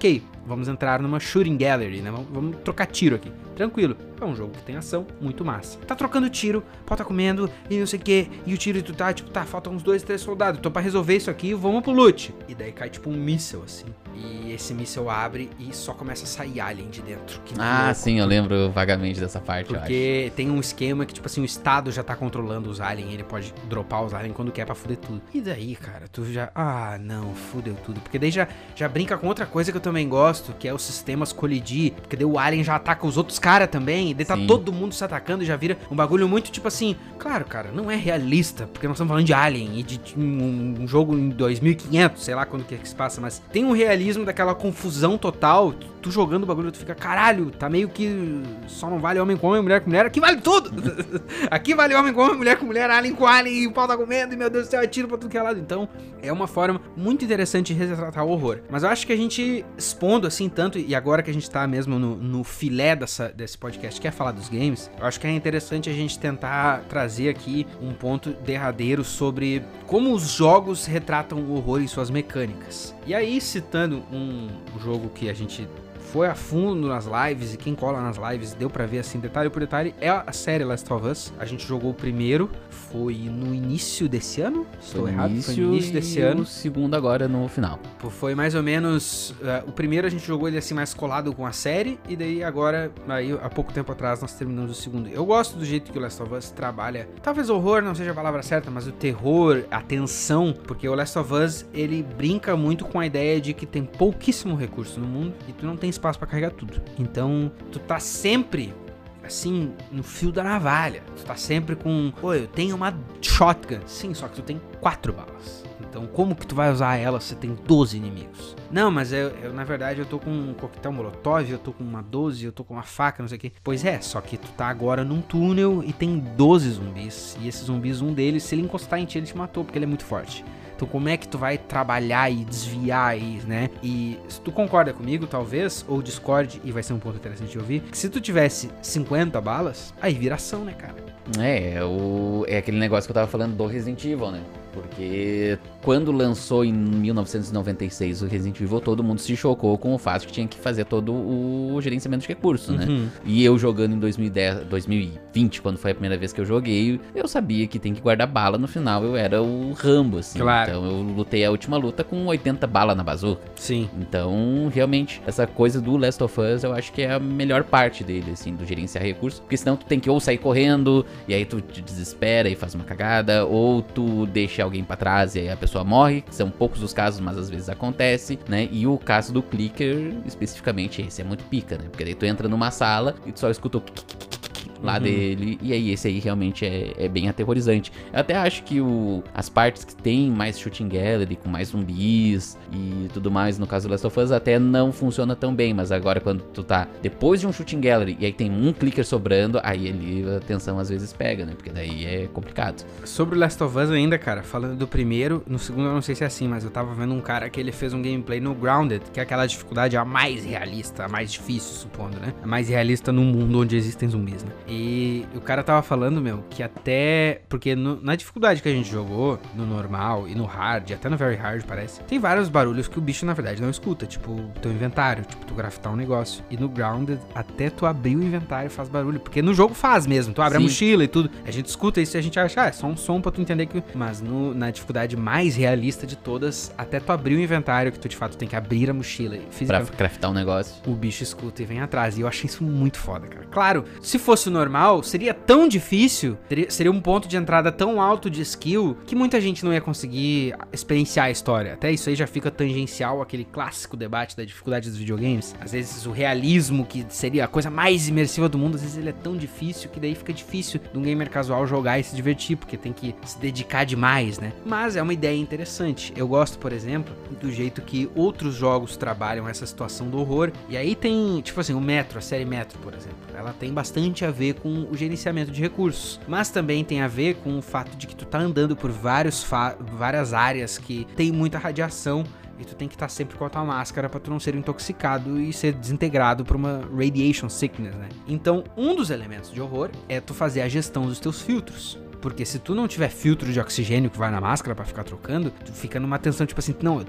vamos entrar numa shooting gallery, né? Vamos, vamos trocar tiro aqui. Tranquilo. É um jogo que tem ação, muito massa. Tá trocando tiro, o pau tá comendo, e não sei o que, e o tiro e tu tá, tipo, tá, faltam uns dois, três soldados. Tô pra resolver isso aqui, vamos pro loot. E daí cai, tipo, um míssel, assim. E esse míssel abre e só começa a sair alien de dentro. Que ah, louco. Sim, eu lembro vagamente dessa parte, Porque eu acho. Tem um esquema que, tipo assim, o Estado já tá controlando os aliens, ele pode dropar os aliens quando quer pra fuder tudo. E daí, cara, tu já... Ah, não, fudeu tudo. Porque daí já, já brinca com outra coisa que eu também gosto, que é os sistemas colidir. Porque daí o alien já ataca os outros caras também, e daí tá Sim. todo mundo se atacando e já vira um bagulho muito, tipo assim... Claro, cara, não é realista, porque nós estamos falando de Alien e de, de um, um jogo em dois mil e quinhentos, sei lá quando que, é que se passa, mas tem um realismo daquela confusão total. Tu, tu jogando o bagulho, tu fica, caralho, tá meio que só não vale homem com homem, mulher com mulher. Aqui vale tudo! Aqui vale homem com homem, mulher com mulher, alien com alien, e o pau tá comendo, e meu Deus do céu, é tiro pra tudo que é lado. Então, é uma forma muito interessante de retratar o horror. Mas eu acho que a gente expondo assim tanto, e agora que a gente tá mesmo no, no filé dessa, desse podcast, que é falar dos games, eu acho que é interessante a gente tentar trazer aqui um ponto derradeiro sobre como os jogos retratam o horror em suas mecânicas. E aí, citando um jogo que a gente foi a fundo nas lives, e quem cola nas lives deu pra ver assim, detalhe por detalhe, é a série Last of Us. A gente jogou o primeiro, foi no início desse ano? Estou foi errado? Início foi no início desse ano. O segundo agora no final. Foi mais ou menos... Uh, o primeiro a gente jogou ele assim mais colado com a série, e daí agora, aí, há pouco tempo atrás, nós terminamos o segundo. Eu gosto do jeito que o Last of Us trabalha. Talvez horror não seja a palavra certa, mas o terror, a tensão, porque o Last of Us, ele brinca muito com a ideia de que tem pouquíssimo recurso no mundo, e tu não tem espaço pra carregar tudo. Então, tu tá sempre, assim, no fio da navalha. Tu tá sempre com... Pô, eu tenho uma shotgun. Sim, só que tu tem quatro balas. Então, como que tu vai usar ela se tem doze inimigos? Não, mas eu, eu, na verdade, eu tô com um coquetel molotov, eu tô com uma doze, eu tô com uma faca, não sei o que. Pois é, só que tu tá agora num túnel e tem doze zumbis. E esses zumbis, um deles, se ele encostar em ti, ele te matou, porque ele é muito forte. Então como é que tu vai trabalhar e desviar aí, né? E se tu concorda comigo, talvez, ou discorde, e vai ser um ponto interessante de ouvir, que se tu tivesse cinquenta balas, aí vira ação, né, cara? É, é, o, é aquele negócio que eu tava falando do Resident Evil, né? Porque quando lançou em mil novecentos e noventa e seis o Resident Evil, todo mundo se chocou com o fato que tinha que fazer todo o gerenciamento de recursos, né? Uhum. E eu jogando em dois mil e dez, dois mil e vinte, quando foi a primeira vez que eu joguei, eu sabia que tem que guardar bala no final, eu era o Rambo, assim. Claro. Então eu lutei a última luta com oitenta balas na bazuca. Sim. Então, realmente, essa coisa do Last of Us, eu acho que é a melhor parte dele, assim, do gerenciar recursos. Porque senão tu tem que ou sair correndo, e aí tu te desespera e faz uma cagada, ou tu deixa alguém pra trás e aí a pessoa morre, que são poucos os casos, mas às vezes acontece, né? E o caso do clicker, especificamente, esse é muito pica, né? Porque daí tu entra numa sala e tu só escuta o lá uhum. dele, e aí esse aí realmente é, é bem aterrorizante. Eu até acho que o, as partes que tem mais shooting gallery, com mais zumbis e tudo mais, no caso do Last of Us, até não funciona tão bem, mas agora quando tu tá depois de um shooting gallery e aí tem um clicker sobrando, aí ali a tensão às vezes pega, né? Porque daí é complicado. Sobre o Last of Us ainda, cara, falando do primeiro, no segundo eu não sei se é assim, mas eu tava vendo um cara que ele fez um gameplay no Grounded, que é aquela dificuldade a mais realista, a mais difícil, supondo, né? A mais realista no mundo onde existem zumbis, né? E o cara tava falando, meu, que até... Porque no, na dificuldade que a gente jogou, no normal e no hard, até no very hard, parece, tem vários barulhos que o bicho, na verdade, não escuta. Tipo, teu inventário, tipo, tu graftar um negócio. E no Grounded, até tu abrir o inventário faz barulho. Porque no jogo faz mesmo, tu abre Sim. a mochila e tudo. A gente escuta isso e a gente acha, ah, é só um som pra tu entender que... Mas no, na dificuldade mais realista de todas, até tu abrir o inventário, que tu, de fato, tem que abrir a mochila. Pra craftar um negócio. O bicho escuta e vem atrás. E eu achei isso muito foda, cara. Claro, se fosse o normal, seria tão difícil, seria um ponto de entrada tão alto de skill, que muita gente não ia conseguir experienciar a história. Até isso aí já fica tangencial àquele clássico debate da dificuldade dos videogames. Às vezes o realismo, que seria a coisa mais imersiva do mundo, às vezes ele é tão difícil que daí fica difícil de um gamer casual jogar e se divertir, porque tem que se dedicar demais, né? Mas é uma ideia interessante. Eu gosto, por exemplo, do jeito que outros jogos trabalham essa situação do horror. E aí tem, tipo assim, o Metro, a série Metro, por exemplo. Ela tem bastante a ver com o gerenciamento de recursos, mas também tem a ver com o fato de que tu tá andando por vários várias áreas que tem muita radiação e tu tem que estar sempre com a tua máscara pra tu não ser intoxicado e ser desintegrado por uma radiation sickness, né? Então, um dos elementos de horror é tu fazer a gestão dos teus filtros. Porque se tu não tiver filtro de oxigênio que vai na máscara pra ficar trocando, tu fica numa tensão tipo assim, não, eu tenho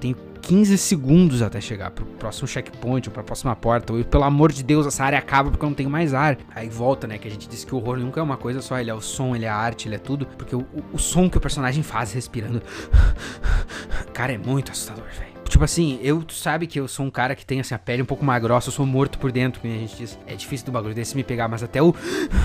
quinze segundos até chegar pro próximo checkpoint ou pra próxima porta. Ou, pelo amor de Deus, essa área acaba porque eu não tenho mais ar. Aí volta, né, que a gente disse que o horror nunca é uma coisa só, ele é o som, ele é a arte, ele é tudo. Porque o, o, o som que o personagem faz respirando, cara, é muito assustador, velho. Tipo assim, eu, tu sabe que eu sou um cara que tem assim, a pele um pouco mais grossa, eu sou morto por dentro, como a gente diz. É difícil do bagulho desse me pegar, mas até o...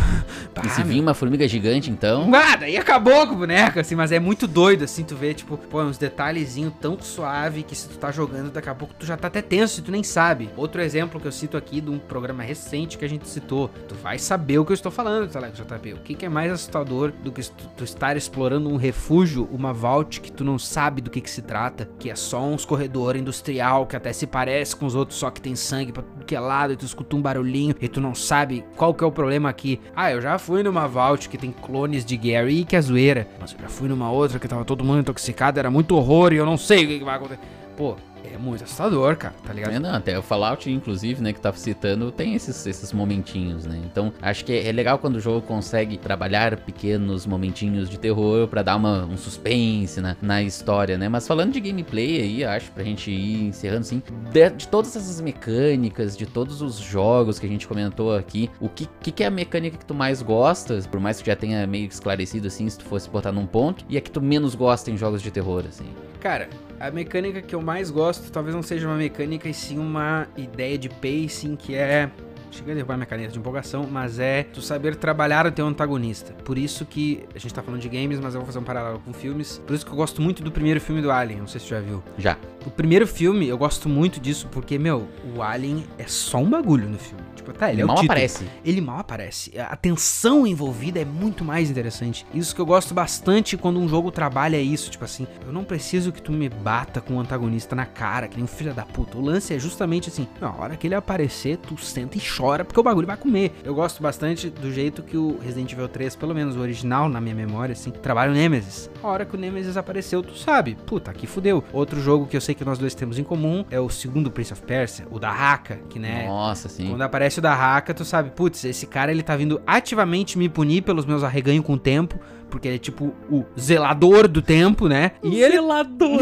E se vir uma formiga gigante, então... Ah, daí acabou com o boneco, assim, mas é muito doido, assim, tu vê, tipo, pô, uns detalhezinhos tão suave que se tu tá jogando, daqui a pouco tu já tá até tenso e tu nem sabe. Outro exemplo que eu cito aqui de um programa recente que a gente citou, tu vai saber o que eu estou falando, tá lá, J P. O que que é mais assustador do que tu, tu estar explorando um refúgio, uma vault que tu não sabe do que que se trata, que é só uns corredores industrial que até se parece com os outros, só que tem sangue pra tudo que é lado, e tu escuta um barulhinho e tu não sabe qual que é o problema aqui. Ah, eu já fui numa vault que tem clones de Gary e que é zoeira, mas eu já fui numa outra que tava todo mundo intoxicado, era muito horror e eu não sei o que, que vai acontecer. Pô, é muito assustador, cara, tá ligado? É, não, até o Fallout, inclusive, né, que tava citando, tem esses, esses momentinhos, né? Então, acho que é, é legal quando o jogo consegue trabalhar pequenos momentinhos de terror pra dar uma, um suspense na, na história, né? Mas falando de gameplay aí, acho, pra gente ir encerrando assim, de, de todas essas mecânicas, de todos os jogos que a gente comentou aqui, o que, que, que é a mecânica que tu mais gosta, por mais que tu já tenha meio esclarecido, assim, se tu fosse botar num ponto, e a que tu menos gosta em jogos de terror, assim? Cara, a mecânica que eu mais gosto talvez não seja uma mecânica e sim uma ideia de pacing que é... Chega a derrubar minha caneta de empolgação, mas é tu saber trabalhar o teu antagonista. Por isso que a gente tá falando de games, mas eu vou fazer um paralelo com filmes. Por isso que eu gosto muito do primeiro filme do Alien, não sei se tu já viu. Já. O primeiro filme, eu gosto muito disso porque, meu, o Alien é só um bagulho no filme. Tipo, tá, ele é o mal título. aparece. Ele mal aparece. A tensão envolvida é muito mais interessante. Isso que eu gosto bastante quando um jogo trabalha isso. Tipo assim, eu não preciso que tu me bata com o antagonista na cara, que nem um filho da puta. O lance é justamente assim, na hora que ele aparecer, tu senta e chora porque o bagulho vai comer. Eu gosto bastante do jeito que o Resident Evil três, pelo menos o original, na minha memória, assim, trabalha o Nemesis. A hora que o Nemesis apareceu, tu sabe, puta, aqui fudeu. Outro jogo que eu sei que nós dois temos em comum é o segundo Prince of Persia, o da Haka, que né... Nossa, sim. Quando aparece o da Haka, tu sabe, putz, esse cara ele tá vindo ativamente me punir pelos meus arreganhos com o tempo, porque ele é tipo o zelador do tempo, né? O e ele... zelador!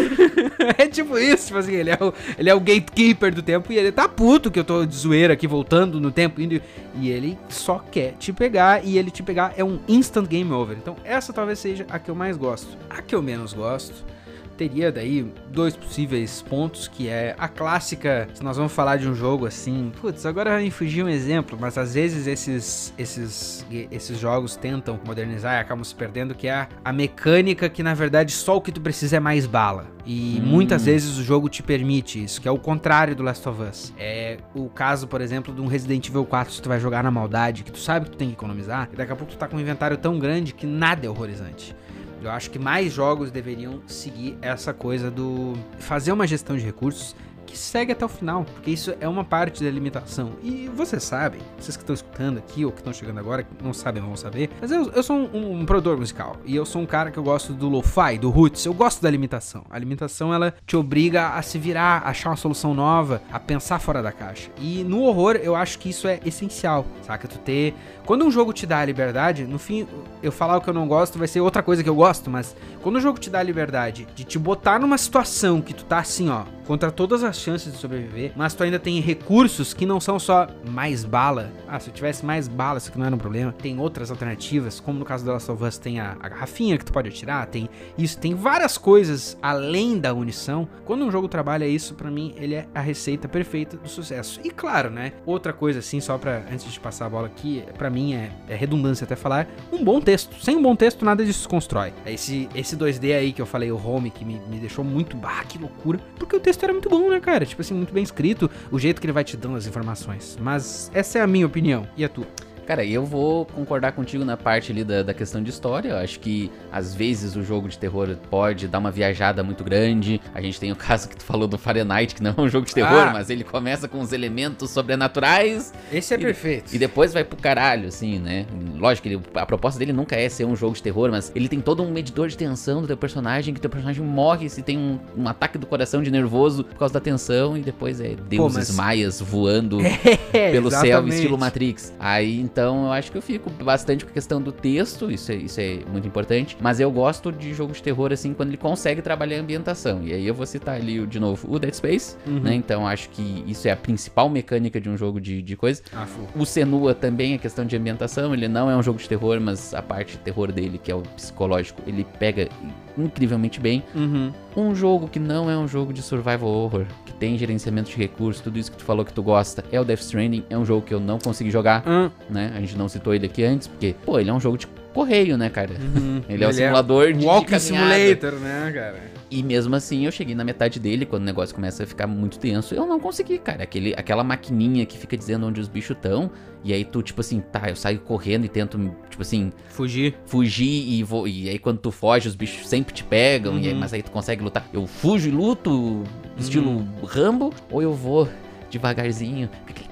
É tipo isso, tipo assim, ele é, o, ele é o gatekeeper do tempo e ele tá puto que eu tô de zoeira aqui, voltando no tempo, indo, e ele só quer te pegar, e ele te pegar é um instant game over. Então essa talvez seja a que eu mais gosto. A que eu menos gosto... teria daí dois possíveis pontos, que é a clássica, se nós vamos falar de um jogo assim, putz, agora vai me fugir um exemplo, mas às vezes esses, esses, esses jogos tentam modernizar e acabam se perdendo, que é a, a mecânica que na verdade só o que tu precisa é mais bala. E hum. muitas vezes o jogo te permite isso, que é o contrário do Last of Us. É o caso, por exemplo, de um Resident Evil quatro, se tu vai jogar na maldade, que tu sabe que tu tem que economizar, e daqui a pouco tu tá com um inventário tão grande que nada é horrorizante. Eu acho que mais jogos deveriam seguir essa coisa do fazer uma gestão de recursos que segue até o final, porque isso é uma parte da limitação. E vocês sabem, vocês que estão escutando aqui ou que estão chegando agora, que não sabem, vão saber, mas eu, eu sou um, um produtor musical, e eu sou um cara que eu gosto do lo-fi, do roots, eu gosto da limitação. A limitação, ela te obriga a se virar, a achar uma solução nova, a pensar fora da caixa. E no horror, eu acho que isso é essencial, saca? Tu ter... Quando um jogo te dá a liberdade, no fim, eu falar o que eu não gosto vai ser outra coisa que eu gosto, mas quando o jogo te dá a liberdade de te botar numa situação que tu tá assim, ó, contra todas as chances de sobreviver, mas tu ainda tem recursos que não são só mais bala. Ah, se eu tivesse mais bala, isso aqui não era um problema. Tem outras alternativas, como no caso do Last of Us, tem a, a garrafinha que tu pode atirar, tem isso, tem várias coisas além da munição. Quando um jogo trabalha isso, pra mim, ele é a receita perfeita do sucesso. E claro, né, outra coisa assim, só pra, antes de passar a bola aqui, pra mim é, é redundância até falar, um bom texto. Sem um bom texto, nada disso se constrói. Esse, esse dois D aí que eu falei, o Home, que me, me deixou muito, bah, que loucura, porque o texto era muito bom, né, cara? Tipo assim, muito bem escrito, o jeito que ele vai te dando as informações. Mas essa é a minha opinião. E a tua? Cara, eu vou concordar contigo na parte ali da, da questão de história. Eu acho que, às vezes, o jogo de terror pode dar uma viajada muito grande. A gente tem o caso que tu falou do Fahrenheit, que não é um jogo de terror, ah. mas ele começa com os elementos sobrenaturais. Esse é e, perfeito. E depois vai pro caralho, assim, né? Lógico que ele, a proposta dele nunca é ser um jogo de terror, mas ele tem todo um medidor de tensão do teu personagem, que teu personagem morre se tem um, um ataque do coração de nervoso por causa da tensão, e depois é deuses Pô, mas... maias voando é, pelo céu, estilo Matrix. Aí, Então eu acho que eu fico bastante com a questão do texto, isso é, isso é muito importante, mas eu gosto de jogo de terror assim quando ele consegue trabalhar a ambientação. E aí eu vou citar ali de novo o Dead Space, uhum. né? Então acho que isso é a principal mecânica de um jogo de, de coisa. Ah, o Senua também é questão de ambientação, ele não é um jogo de terror, mas a parte de terror dele, que é o psicológico, ele pega incrivelmente bem. Uhum. Um jogo que não é um jogo de survival horror, que tem gerenciamento de recursos, tudo isso que tu falou que tu gosta, é o Death Stranding. É um jogo que eu não consegui jogar, uhum. né? A gente não citou ele aqui antes, porque, pô, ele é um jogo de correio, né, cara? Uhum. Ele é um simulador é de Walking Simulator, né, cara? E mesmo assim, eu cheguei na metade dele, quando o negócio começa a ficar muito tenso, eu não consegui, cara. Aquele, aquela maquininha que fica dizendo onde os bichos estão, e aí tu, tipo assim, tá, eu saio correndo e tento, tipo assim... Fugir. Fugir, e, vou, e aí quando tu foge, os bichos sempre te pegam, uhum. e aí, mas aí tu consegue lutar. Eu fujo e luto, estilo uhum. Rambo, ou eu vou devagarzinho...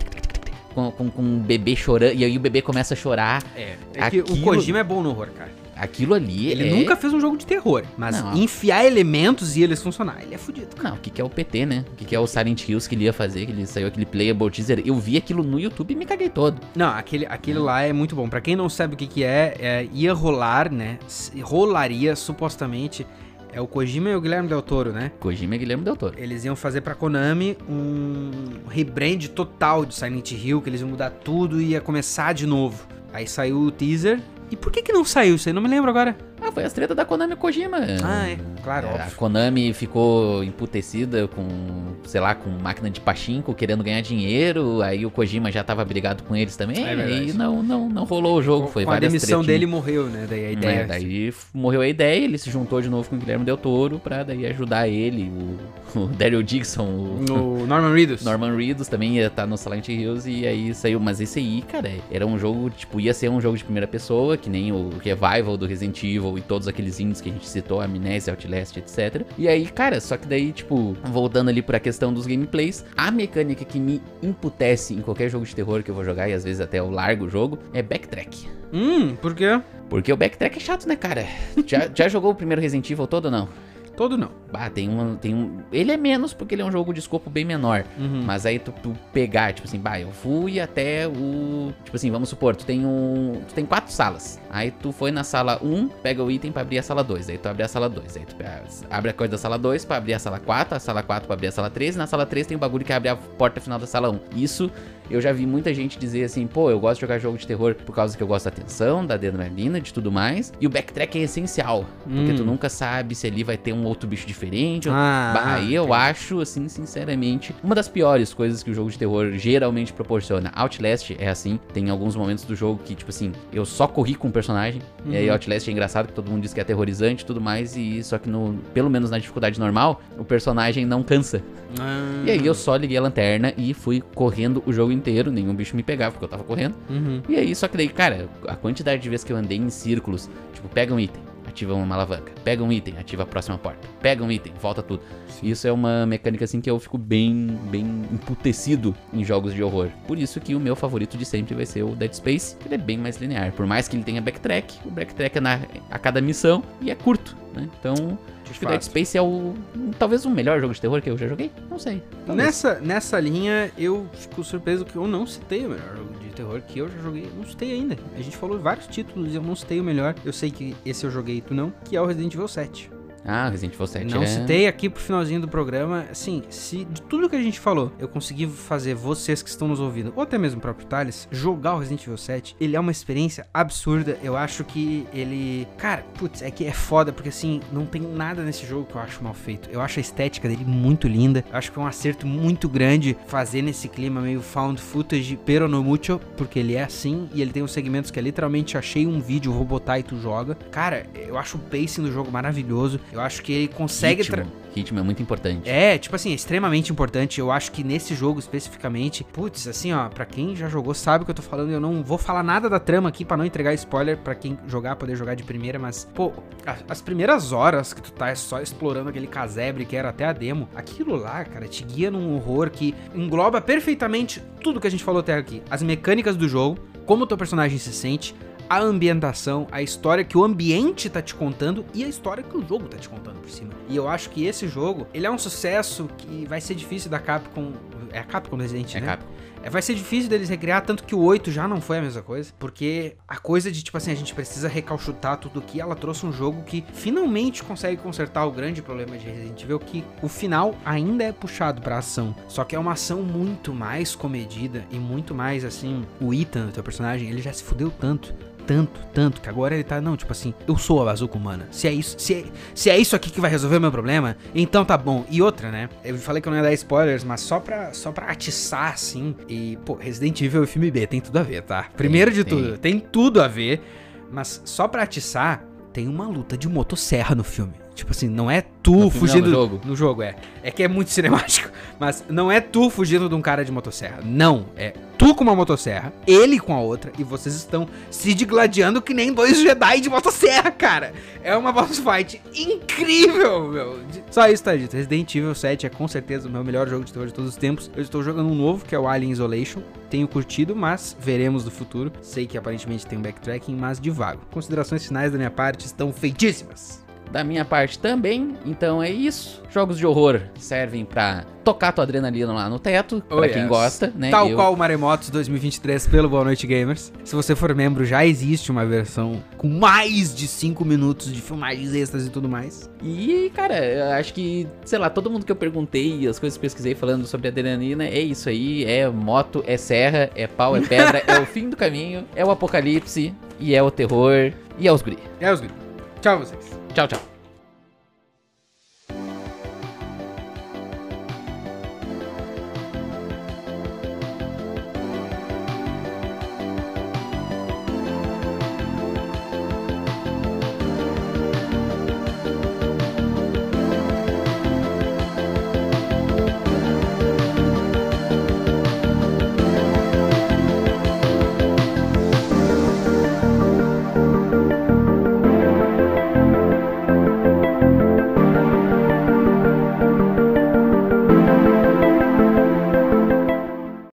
Com, com, com um bebê chorando, e aí o bebê começa a chorar. É, é Aquilo... que o Kojima é bom no horror, cara. Aquilo ali Ele é... nunca fez um jogo de terror, mas não. enfiar elementos e eles funcionar, ele é fudido. Não, o que, que é o P T, né? O que, que é o Silent Hills que ele ia fazer, que ele saiu aquele playable teaser. Eu vi aquilo no YouTube e me caguei todo. Não, aquele, aquele lá é muito bom. Pra quem não sabe o que, que é, é, ia rolar, né? Rolaria, supostamente... É o Kojima e o Guilherme Del Toro, né? Kojima e Guilherme Del Toro. Eles iam fazer pra Konami um rebrand total de Silent Hill, que eles iam mudar tudo e ia começar de novo. Aí saiu o teaser. E por que que não saiu isso aí? Não me lembro agora. Ah, foi as tretas da Konami e Kojima. Ah, é. Claro, é, óbvio. A Konami ficou emputecida com, sei lá, com máquina de pachinko, querendo ganhar dinheiro. Aí o Kojima já tava brigado com eles também. É e não, não, não rolou o jogo. Com, foi com várias a demissão tretinhas. dele morreu, né? Daí a ideia... É, daí morreu a ideia, ele se juntou de novo com o Guilherme Del Toro pra daí ajudar ele, o, o Daryl Dixon, o... o Norman Reedus. Norman Reedus também ia estar no Silent Hills e aí saiu. Mas esse aí, cara, era um jogo, tipo, ia ser um jogo de primeira pessoa, que nem o Revival do Resident Evil e todos aqueles indies que a gente citou, Amnesia, Outlast, etcétera. E aí, cara, só que daí, tipo, voltando ali pra questão dos gameplays, a mecânica que me emputece em qualquer jogo de terror que eu vou jogar, e às vezes até eu largo o jogo, é backtrack. Hum, por quê? Porque o backtrack é chato, né, cara? Já, já jogou o primeiro Resident Evil todo ou não? Todo não. Bah, tem um, tem um... Ele é menos porque ele é um jogo de escopo bem menor. Uhum. Mas aí tu, tu pegar, tipo assim, bah, eu fui até o... Tipo assim, vamos supor, tu tem um... Tu tem quatro salas. Aí tu foi na sala um, pega o item pra abrir a sala dois. Aí tu abre a sala dois. Aí tu abre a coisa da sala dois pra abrir a sala quatro. A sala quatro pra abrir a sala três. E na sala três tem o bagulho que abre a porta final da sala um. Isso... Eu já vi muita gente dizer assim, pô, eu gosto de jogar jogo de terror por causa que eu gosto da tensão, da adrenalina, de tudo mais. E o backtrack é essencial, porque hum. tu nunca sabe se ali vai ter um outro bicho diferente. Ah, bah, aí eu acho, assim, sinceramente, uma das piores coisas que o jogo de terror geralmente proporciona. Outlast é assim, tem alguns momentos do jogo que, tipo assim, eu só corri com o personagem. Uhum. E aí Outlast é engraçado, que todo mundo diz que é aterrorizante e tudo mais, e só que no, pelo menos na dificuldade normal, o personagem não cansa. Ah. E aí eu só liguei a lanterna e fui correndo o jogo inteiro, nenhum bicho me pegava porque eu tava correndo. Uhum. E aí, só que daí, cara, a quantidade de vezes que eu andei em círculos, tipo, pega um item, ativa uma alavanca, pega um item, ativa a próxima porta, pega um item, volta tudo. Sim. Isso é uma mecânica assim que eu fico bem, bem emputecido em jogos de horror. Por isso que o meu favorito de sempre vai ser o Dead Space, que ele é bem mais linear. Por mais que ele tenha backtrack, o backtrack é na, a cada missão e é curto, né? Então... Acho que o Dead Space é o... talvez o melhor jogo de terror que eu já joguei. Não sei. Nessa, nessa linha, eu fico surpreso que eu não citei o melhor jogo de terror que eu já joguei. Eu não citei ainda. A gente falou vários títulos e eu não citei o melhor. Eu sei que esse eu joguei e tu não, que é o Resident Evil sete. Ah, Resident Evil sete Não é... citei aqui pro finalzinho do programa. Assim, se de tudo que a gente falou, eu consegui fazer vocês que estão nos ouvindo, ou até mesmo o próprio Thales, jogar o Resident Evil sete, ele é uma experiência absurda. Eu acho que ele... Cara, putz, é que é foda, porque assim, não tem nada nesse jogo que eu acho mal feito. Eu acho a estética dele muito linda. Eu acho que foi um acerto muito grande fazer nesse clima meio found footage, pero no mucho, porque ele é assim, e ele tem uns segmentos que é literalmente achei um vídeo, vou botar e tu joga. Cara, eu acho o pacing do jogo maravilhoso. Eu acho que ele consegue... Ritmo. Tra... Ritmo é muito importante. É, tipo assim, é extremamente importante. Eu acho que nesse jogo especificamente... Putz, assim, ó, pra quem já jogou sabe o que eu tô falando. Eu não vou falar nada da trama aqui pra não entregar spoiler pra quem jogar, poder jogar de primeira. Mas, pô, as primeiras horas que tu tá só explorando aquele casebre que era até a demo, aquilo lá, cara, te guia num horror que engloba perfeitamente tudo que a gente falou até aqui. As mecânicas do jogo, como o teu personagem se sente, a ambientação, a história que o ambiente tá te contando e a história que o jogo tá te contando por cima. E eu acho que esse jogo, ele é um sucesso que vai ser difícil da Capcom É a Capcom do Resident, É né? Capcom. É, vai ser difícil deles recriar, tanto que o oito já não foi a mesma coisa, porque a coisa de, tipo assim, a gente precisa recalchutar tudo aqui, ela trouxe um jogo que finalmente consegue consertar o grande problema de Resident Evil, que o final ainda é puxado pra ação, só que é uma ação muito mais comedida e muito mais, assim, o Ethan, o teu personagem, ele já se fudeu tanto, tanto, tanto, que agora ele tá, não, tipo assim, eu sou a bazuca humana. Se é isso, se é, se é isso aqui que vai resolver o meu problema, então tá bom. E outra, né? Eu falei que eu não ia dar spoilers, mas só pra, só pra atiçar, assim. E, pô, Resident Evil e filme B tem tudo a ver, tá? Primeiro de tudo, tem tudo a ver, mas só pra atiçar, tem uma luta de motosserra no filme. Tipo assim, não é tu no fugindo... Não, no jogo. No jogo, é. É que é muito cinemático. Mas não é tu fugindo de um cara de motosserra. Não. É tu com uma motosserra, ele com a outra, e vocês estão se digladiando que nem dois Jedi de motosserra, cara. É uma boss fight incrível, meu. Só isso tá dito. Resident Evil sete é com certeza o meu melhor jogo de terror de todos os tempos. Eu estou jogando um novo, que é o Alien Isolation. Tenho curtido, mas veremos no futuro. Sei que aparentemente tem um backtracking, mas de vago. Considerações finais da minha parte estão feitíssimas. Da minha parte também, então é isso. Jogos de horror servem pra tocar tua adrenalina lá no teto, Oh, pra yes. quem gosta, né? Tal Eu- qual o Maremotos dois mil e vinte e três pelo Boa Noite Gamers. Se você for membro, já existe uma versão com mais de cinco minutos de filmagens extras e tudo mais. E, cara, eu acho que, sei lá, todo mundo que eu perguntei, as coisas que pesquisei falando sobre adrenalina, é isso aí, é moto, é serra, é pau, é pedra, é o fim do caminho, é o apocalipse, e é o terror, e é os guri. É os gritos. Tchau, vocês. Tchau, tchau.